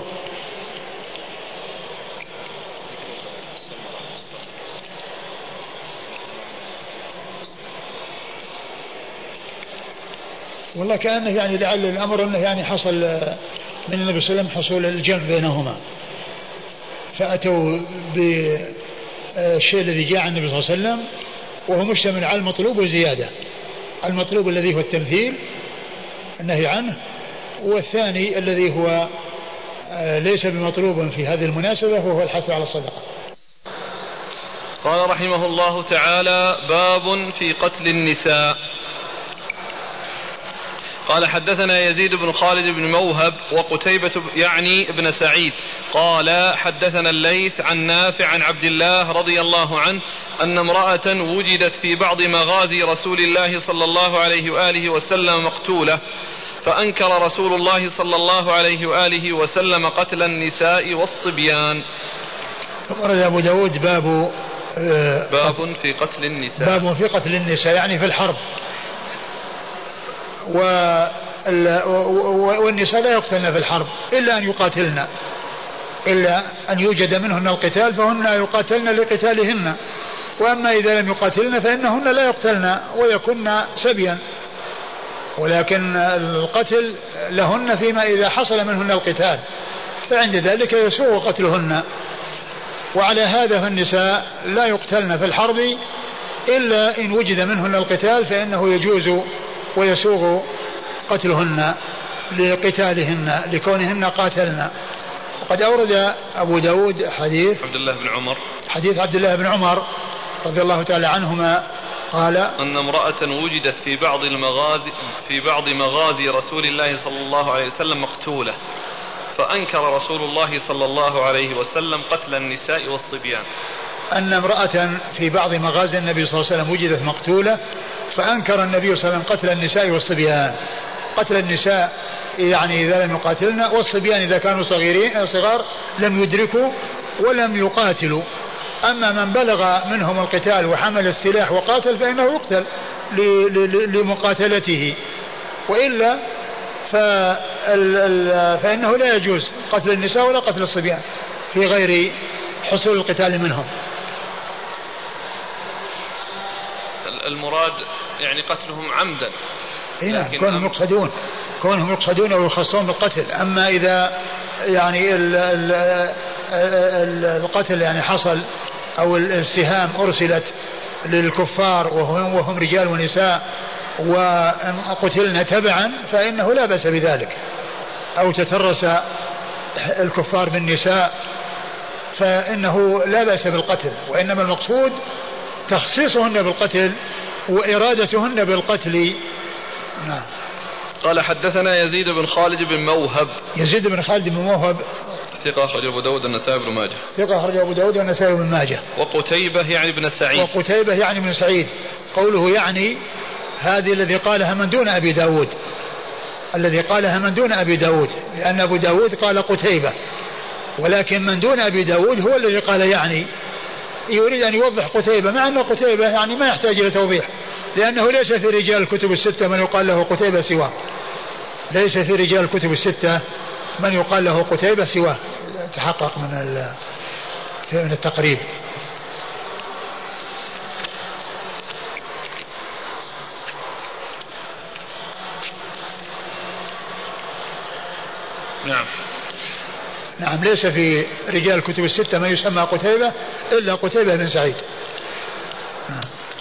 والله كأنه يعني لعل الأمر أنه يعني حصل من النبي صلى الله عليه وسلم حصول الجمع بينهما، فأتوا بالشيء الذي جاء عن النبي صلى الله عليه وسلم وهو مشتمل على المطلوب وزيادة. المطلوب الذي هو التمثيل النهي عنه، والثاني الذي هو ليس بمطلوب في هذه المناسبة وهو الحث على الصدقة. قال رحمه الله تعالى: باب في قتل النساء. قال حدثنا يزيد بن خالد بن موهب وقتيبة يعني ابن سعيد قال حدثنا الليث عن نافع عن عبد الله رضي الله عنه أن امرأة وجدت في بعض مغازي رسول الله صلى الله عليه وآله وسلم مقتولة، فأنكر رسول الله صلى الله عليه وآله وسلم قتل النساء والصبيان. ورد أبو داود باب باب في قتل النساء. باب في قتل النساء يعني في الحرب. والنساء لا يقتلن في الحرب إلا أن يقاتلن، إلا أن يوجد منهن القتال فهن يقاتلن لقتالهن، وأما إذا لم يقاتلن فإنهن لا يقتلن ويكن سبيا، ولكن القتل لهن فيما إذا حصل منهن القتال، فعند ذلك يسوغ قتلهن. وعلى هذا فالنساء لا يقتلن في الحرب إلا إن وجد منهن القتال فإنه يجوز ويسوغ قتلهن لقتالهن لكونهن قاتلن. وقد أورد أبو داود حديث عبد الله بن عمر حديث عبد الله بن عمر رضي الله تعالى عنهما قال أن امرأة وجدت في بعض المغازي في بعض مغازي رسول الله صلى الله عليه وسلم مقتولة، فأنكر رسول الله صلى الله عليه وسلم قتل النساء والصبيان. أن امرأة في بعض مغازي النبي صلى الله عليه وسلم وجدت مقتولة، فأنكر النبي صلى الله عليه وسلم قتل النساء والصبيان. قتل النساء يعني إذا لم يقاتلن، والصبيان إذا كانوا صغيرين صغار لم يدركوا ولم يقاتلوا. أما من بلغ منهم القتال وحمل السلاح وقاتل فإنه يقتل لمقاتلته، وإلا فإنه لا يجوز قتل النساء ولا قتل الصبيان في غير حصول القتال منهم. المراد يعني قتلهم عمدا، لكن كونهم يقصدون كونهم يقصدون ويخصون بالقتل. أما إذا يعني ال ال ال القتل يعني حصل أو السهام أرسلت للكفار وهم, وهم رجال ونساء وقتلنا تبعا فإنه لا بأس بذلك، أو تترس الكفار بالنساء فإنه لا بأس بالقتل، وإنما المقصود تخصيصهن بالقتل وإرادتهن بالقتل. نعم. قال حدثنا يزيد بن خالد بن موهب. يزيد بن خالد بن موهب ثقة أخرجه أبو داود والنسائي بن ماجه. ثقة أخرجه أبو داود والنسائي بن ماجه. وقتيبة يعني بن سعيد. وقتيبة يعني بن سعيد. قوله يعني هذه الذي قالها من دون أبي داود، الذي قالها من دون أبي داود، لأن أبو داود قال قتيبة، ولكن من دون أبي داود هو الذي قال يعني، يريد أن يوضح قتيبة، مع أن قتيبة يعني ما يحتاج إلى توضيح، لأنه ليس في رجال الكتب الستة من يقال له قتيبة سواه، ليس في رجال الكتب الستة من يقال له قتيبة سواه، تحقق من من التقريب. نعم. نعم، ليس في رجال الكتب الستة من يسمى قتيبة إلا قتيبة بن سعيد. نعم.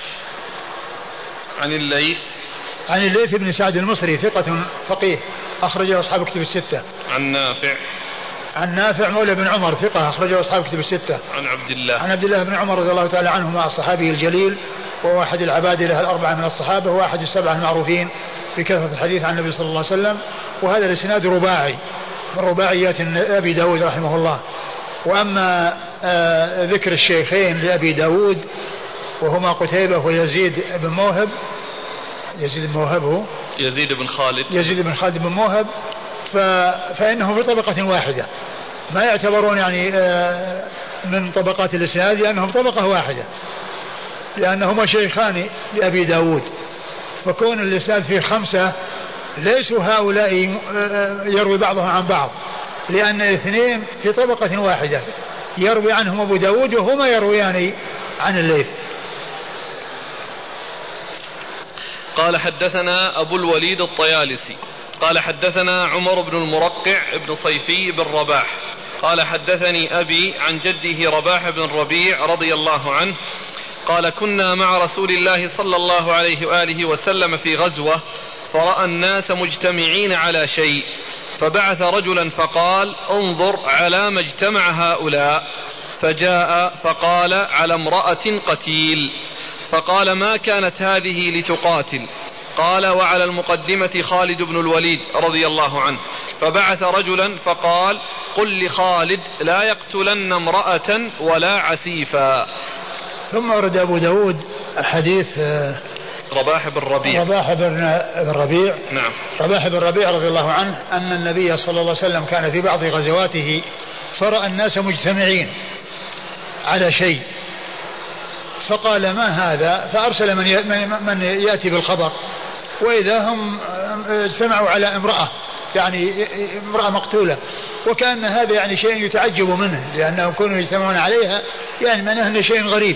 عن الليث عن الليث بن سعد المصري ثقة فقيه أخرجه أصحاب الكتب الستة. عن نافع عن نافع مولى بن عمر ثقة أخرجه أصحاب الكتب الستة. عن عبد الله عن عبد الله بن عمر رضي الله تعالى عنهما الصحابي الجليل، وهو أحد العبادلة الأربعة من الصحابة، وهو أحد السبعة المعروفين بكثرة الحديث عن النبي صلى الله عليه وسلم. وهذا الإسناد رباعي من رباعيات أبي داود رحمه الله. وأما آه ذكر الشيخين لأبي داود وهما قتيبة ويزيد بن موهب. يزيد بن موهب هو يزيد بن خالد يزيد بن خالد بن موهب. ف... فإنهم في طبقة واحدة، ما يعتبرون يعني من طبقات الإسناد لأنهم طبقة واحدة، لأنهما شيخان لأبي داود. فكون الإسناد فيه خمسة ليسوا هؤلاء يروي بعضهم عن بعض، لأن الاثنين في طبقة واحدة يروي عنهم أبو داود وهما يرويان عن الليث. قال حدثنا أبو الوليد الطيالسي قال حدثنا عمر بن المرقع بن صيفي بن رباح قال حدثني أبي عن جده رباح بن الربيع رضي الله عنه قال كنا مع رسول الله صلى الله عليه وآله وسلم في غزوة فرأى الناس مجتمعين على شيء فبعث رجلا فقال انظر على ما اجتمع هؤلاء، فجاء فقال على امرأة قتيل، فقال ما كانت هذه لتقاتل؟ قال وعلى المقدمة خالد بن الوليد رضي الله عنه، فبعث رجلا فقال قل لخالد لا يقتلن امرأة ولا عسيفا. ثم ورد أبو داود حديث رباح بن ربيع رباح بن الربيع نعم رباح بن ربيع رضي الله عنه أن النبي صلى الله عليه وسلم كان في بعض غزواته فرأى الناس مجتمعين على شيء، فقال ما هذا؟ فأرسل من من يأتي بالخبر، وإذا هم اجتمعوا على امرأة، يعني امرأة مقتولة، وكأن هذا يعني شيء يتعجب منه لأنهم كانوا يجتمعون عليها، يعني معناه أنه شيء غريب.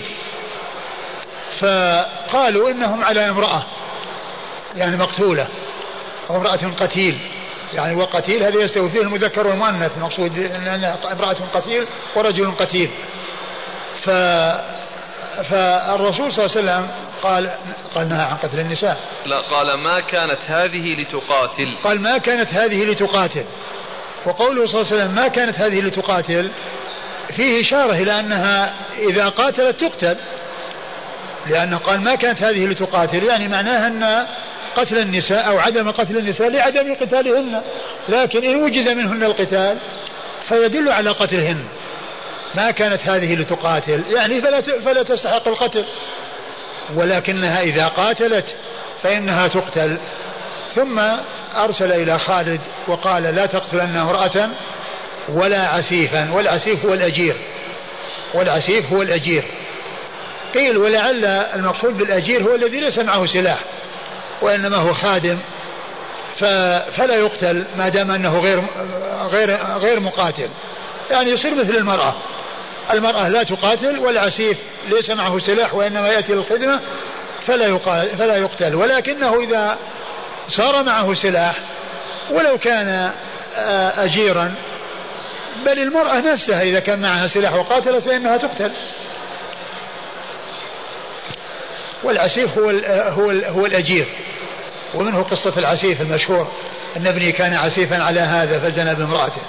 فقالوا إنهم على امرأة يعني مقتولة أو امرأة قتيل، يعني وقتيل هذا يستوي فيه المذكر والمؤنث، المقصود أن امرأة قتيل ورجل قتيل. ف فالرسول صلى الله عليه وسلم قال قال نهى عن قتل النساء. لا، قال ما كانت هذه لتقاتل. قال ما كانت هذه لتقاتل. وقوله صلى الله عليه وسلم ما كانت هذه لتقاتل فيه إشارة إلى أنها إذا قاتلت تقتل، لأنه قال ما كانت هذه لتقاتل، يعني معناها أن قتل النساء أو عدم قتل النساء لعدم قتالهن، لكن إن وجد منهن القتال فيدل على قتلهن. ما كانت هذه لتقاتل يعني فلا فلا تستحق القتل، ولكنها إذا قاتلت فإنها تقتل. ثم أرسل إلى خالد وقال لا تقتلن امرأة ولا عسيفا، والعسيف هو الأجير، والعسيف هو الأجير. قيل ولعل المقصود بالأجير هو الذي ليس معه سلاح وإنما هو خادم، فلا يقتل ما دام أنه غير غير غير مقاتل، يعني يصير مثل المرأة. المرأة لا تقاتل، والعسيف ليس معه سلاح وإنما يأتي للخدمة فلا فلا يقتل. ولكنه إذا صار معه سلاح ولو كان أجيرا، بل المرأة نفسها إذا كان معها سلاح وقاتلت فإنها تقتل. والعسيف هو هو هو الأجير، ومنه قصة العسيف المشهور أن ابني كان عسيفا على هذا فزنى بامرأته.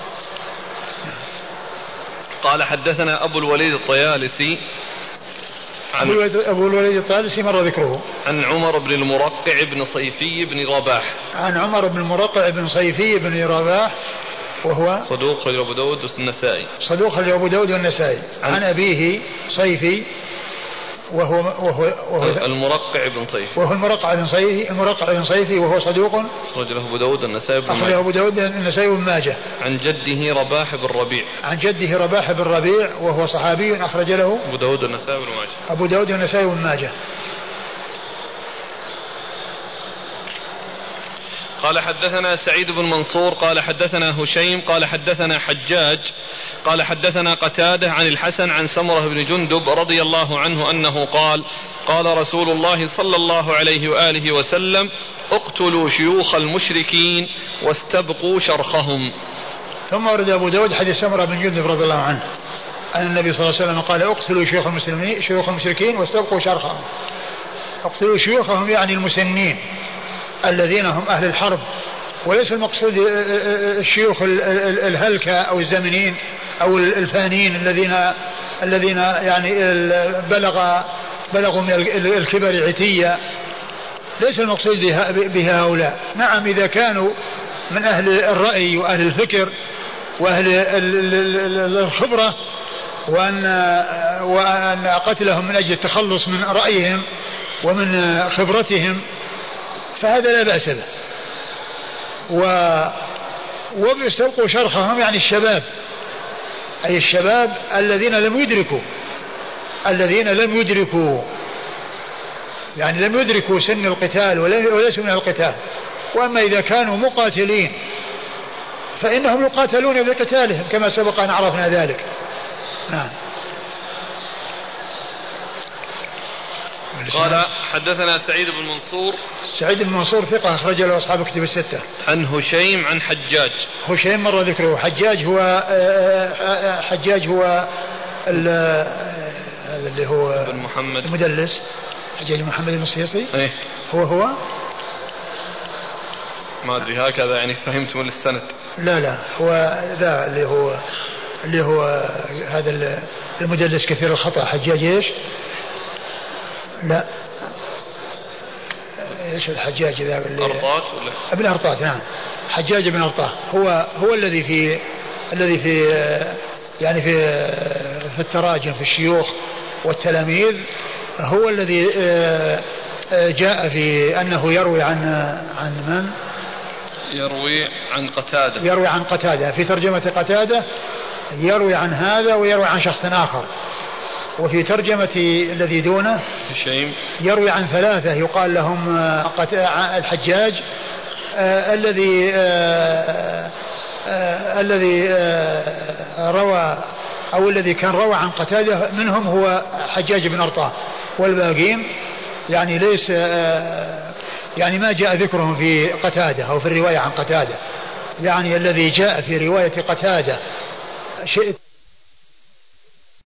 قال حدثنا أبو الوليد الطيالسي عن أبو الوليد الطيالسي مر ذكره عن عمر بن المرقع بن صيفي بن رباح عن عمر بن المرقع بن صيفي بن رباح وهو صدوق خرج أبو داود والنسائي صدوق خرج أبو داود والنسائي عن, عن أبيه صيفي وهو وهو, وهو المرقع بن صيفي وهو المرقع بن صيفي المرقع بن صيفي وهو صدوق أخرج له أبو داود النسائي بن ماجه أبو داود النسائي بن ماجه عن جده رباح بن ربيع عن جده رباح بن ربيع وهو صحابي أخرج له أبو داود النسائي بن ماجه أبو داود النسائي بن ماجه. قال حدثنا سعيد بن منصور قال حدثنا هشيم قال حدثنا حجاج قال حدثنا قتادة عن الحسن عن سمرة بن جندب رضي الله عنه أنه قال قال رسول الله صلى الله عليه وآله وسلم اقتلوا شيوخ المشركين واستبقوا شرخهم. ثم ورد أبو داود حديث سمرة بن جندب رضي الله عنه أن النبي صلى الله عليه وسلم قال اقتلوا شيوخ المسلمين شيوخ المشركين واستبقوا شرخهم. اقتلوا شيوخهم يعني المسنين الذين هم أهل الحرب، وليس المقصود الشيوخ الهلكة أو الزمنين أو الفانين الذين الذين يعني بلغ بلغوا من الكبر عتية، ليس المقصود بها هؤلاء. نعم إذا كانوا من أهل الرأي وأهل الفكر وأهل الخبرة وأن, وأن قتلهم من أجل التخلص من رأيهم ومن خبرتهم فهذا لا بأس به. وبيستلقوا شرخهم يعني الشباب، أي الشباب الذين لم يدركوا الذين لم يدركوا يعني لم يدركوا سن القتال وليسوا من القتال. وأما إذا كانوا مقاتلين فإنهم يقاتلون بقتالهم كما سبق أن عرفنا ذلك. نعم. قال حدثنا سعيد بن منصور. سعيد بن منصور ثقة أخرج له أصحاب كتب الستة. عن هشيم عن حجاج. هشيم مر ذكره. حجاج هو حجاج هو اللي هو بن محمد المدلس، حجاج محمد المصيصي. ايه هو هو ما أدري هكذا يعني فهمت من السند. لا لا هو ذا اللي هو اللي هو هذا المدلس كثير الخطأ. حجاج ايش؟ لا ايش الحجاج ذا اللي أرطات ولا ابن أرطات. نعم حجاج بن أرطات هو هو الذي في الذي في يعني في في التراجم في الشيوخ والتلاميذ، هو الذي جاء في أنه يروي عن عن من؟ يروي عن قتادة. يروي عن قتادة في ترجمة قتادة، يروي عن هذا ويروي عن شخص آخر. وفي ترجمة الذي دونه هشيم يروي عن ثلاثة يقال لهم الحجاج آه الذي آه آه الذي آه روى أو الذي كان روى عن قتادة منهم هو حجاج بن أرطاه، والباقين يعني ليس آه يعني ما جاء ذكرهم في قتادة أو في الرواية عن قتادة. يعني الذي جاء في رواية قتادة شئت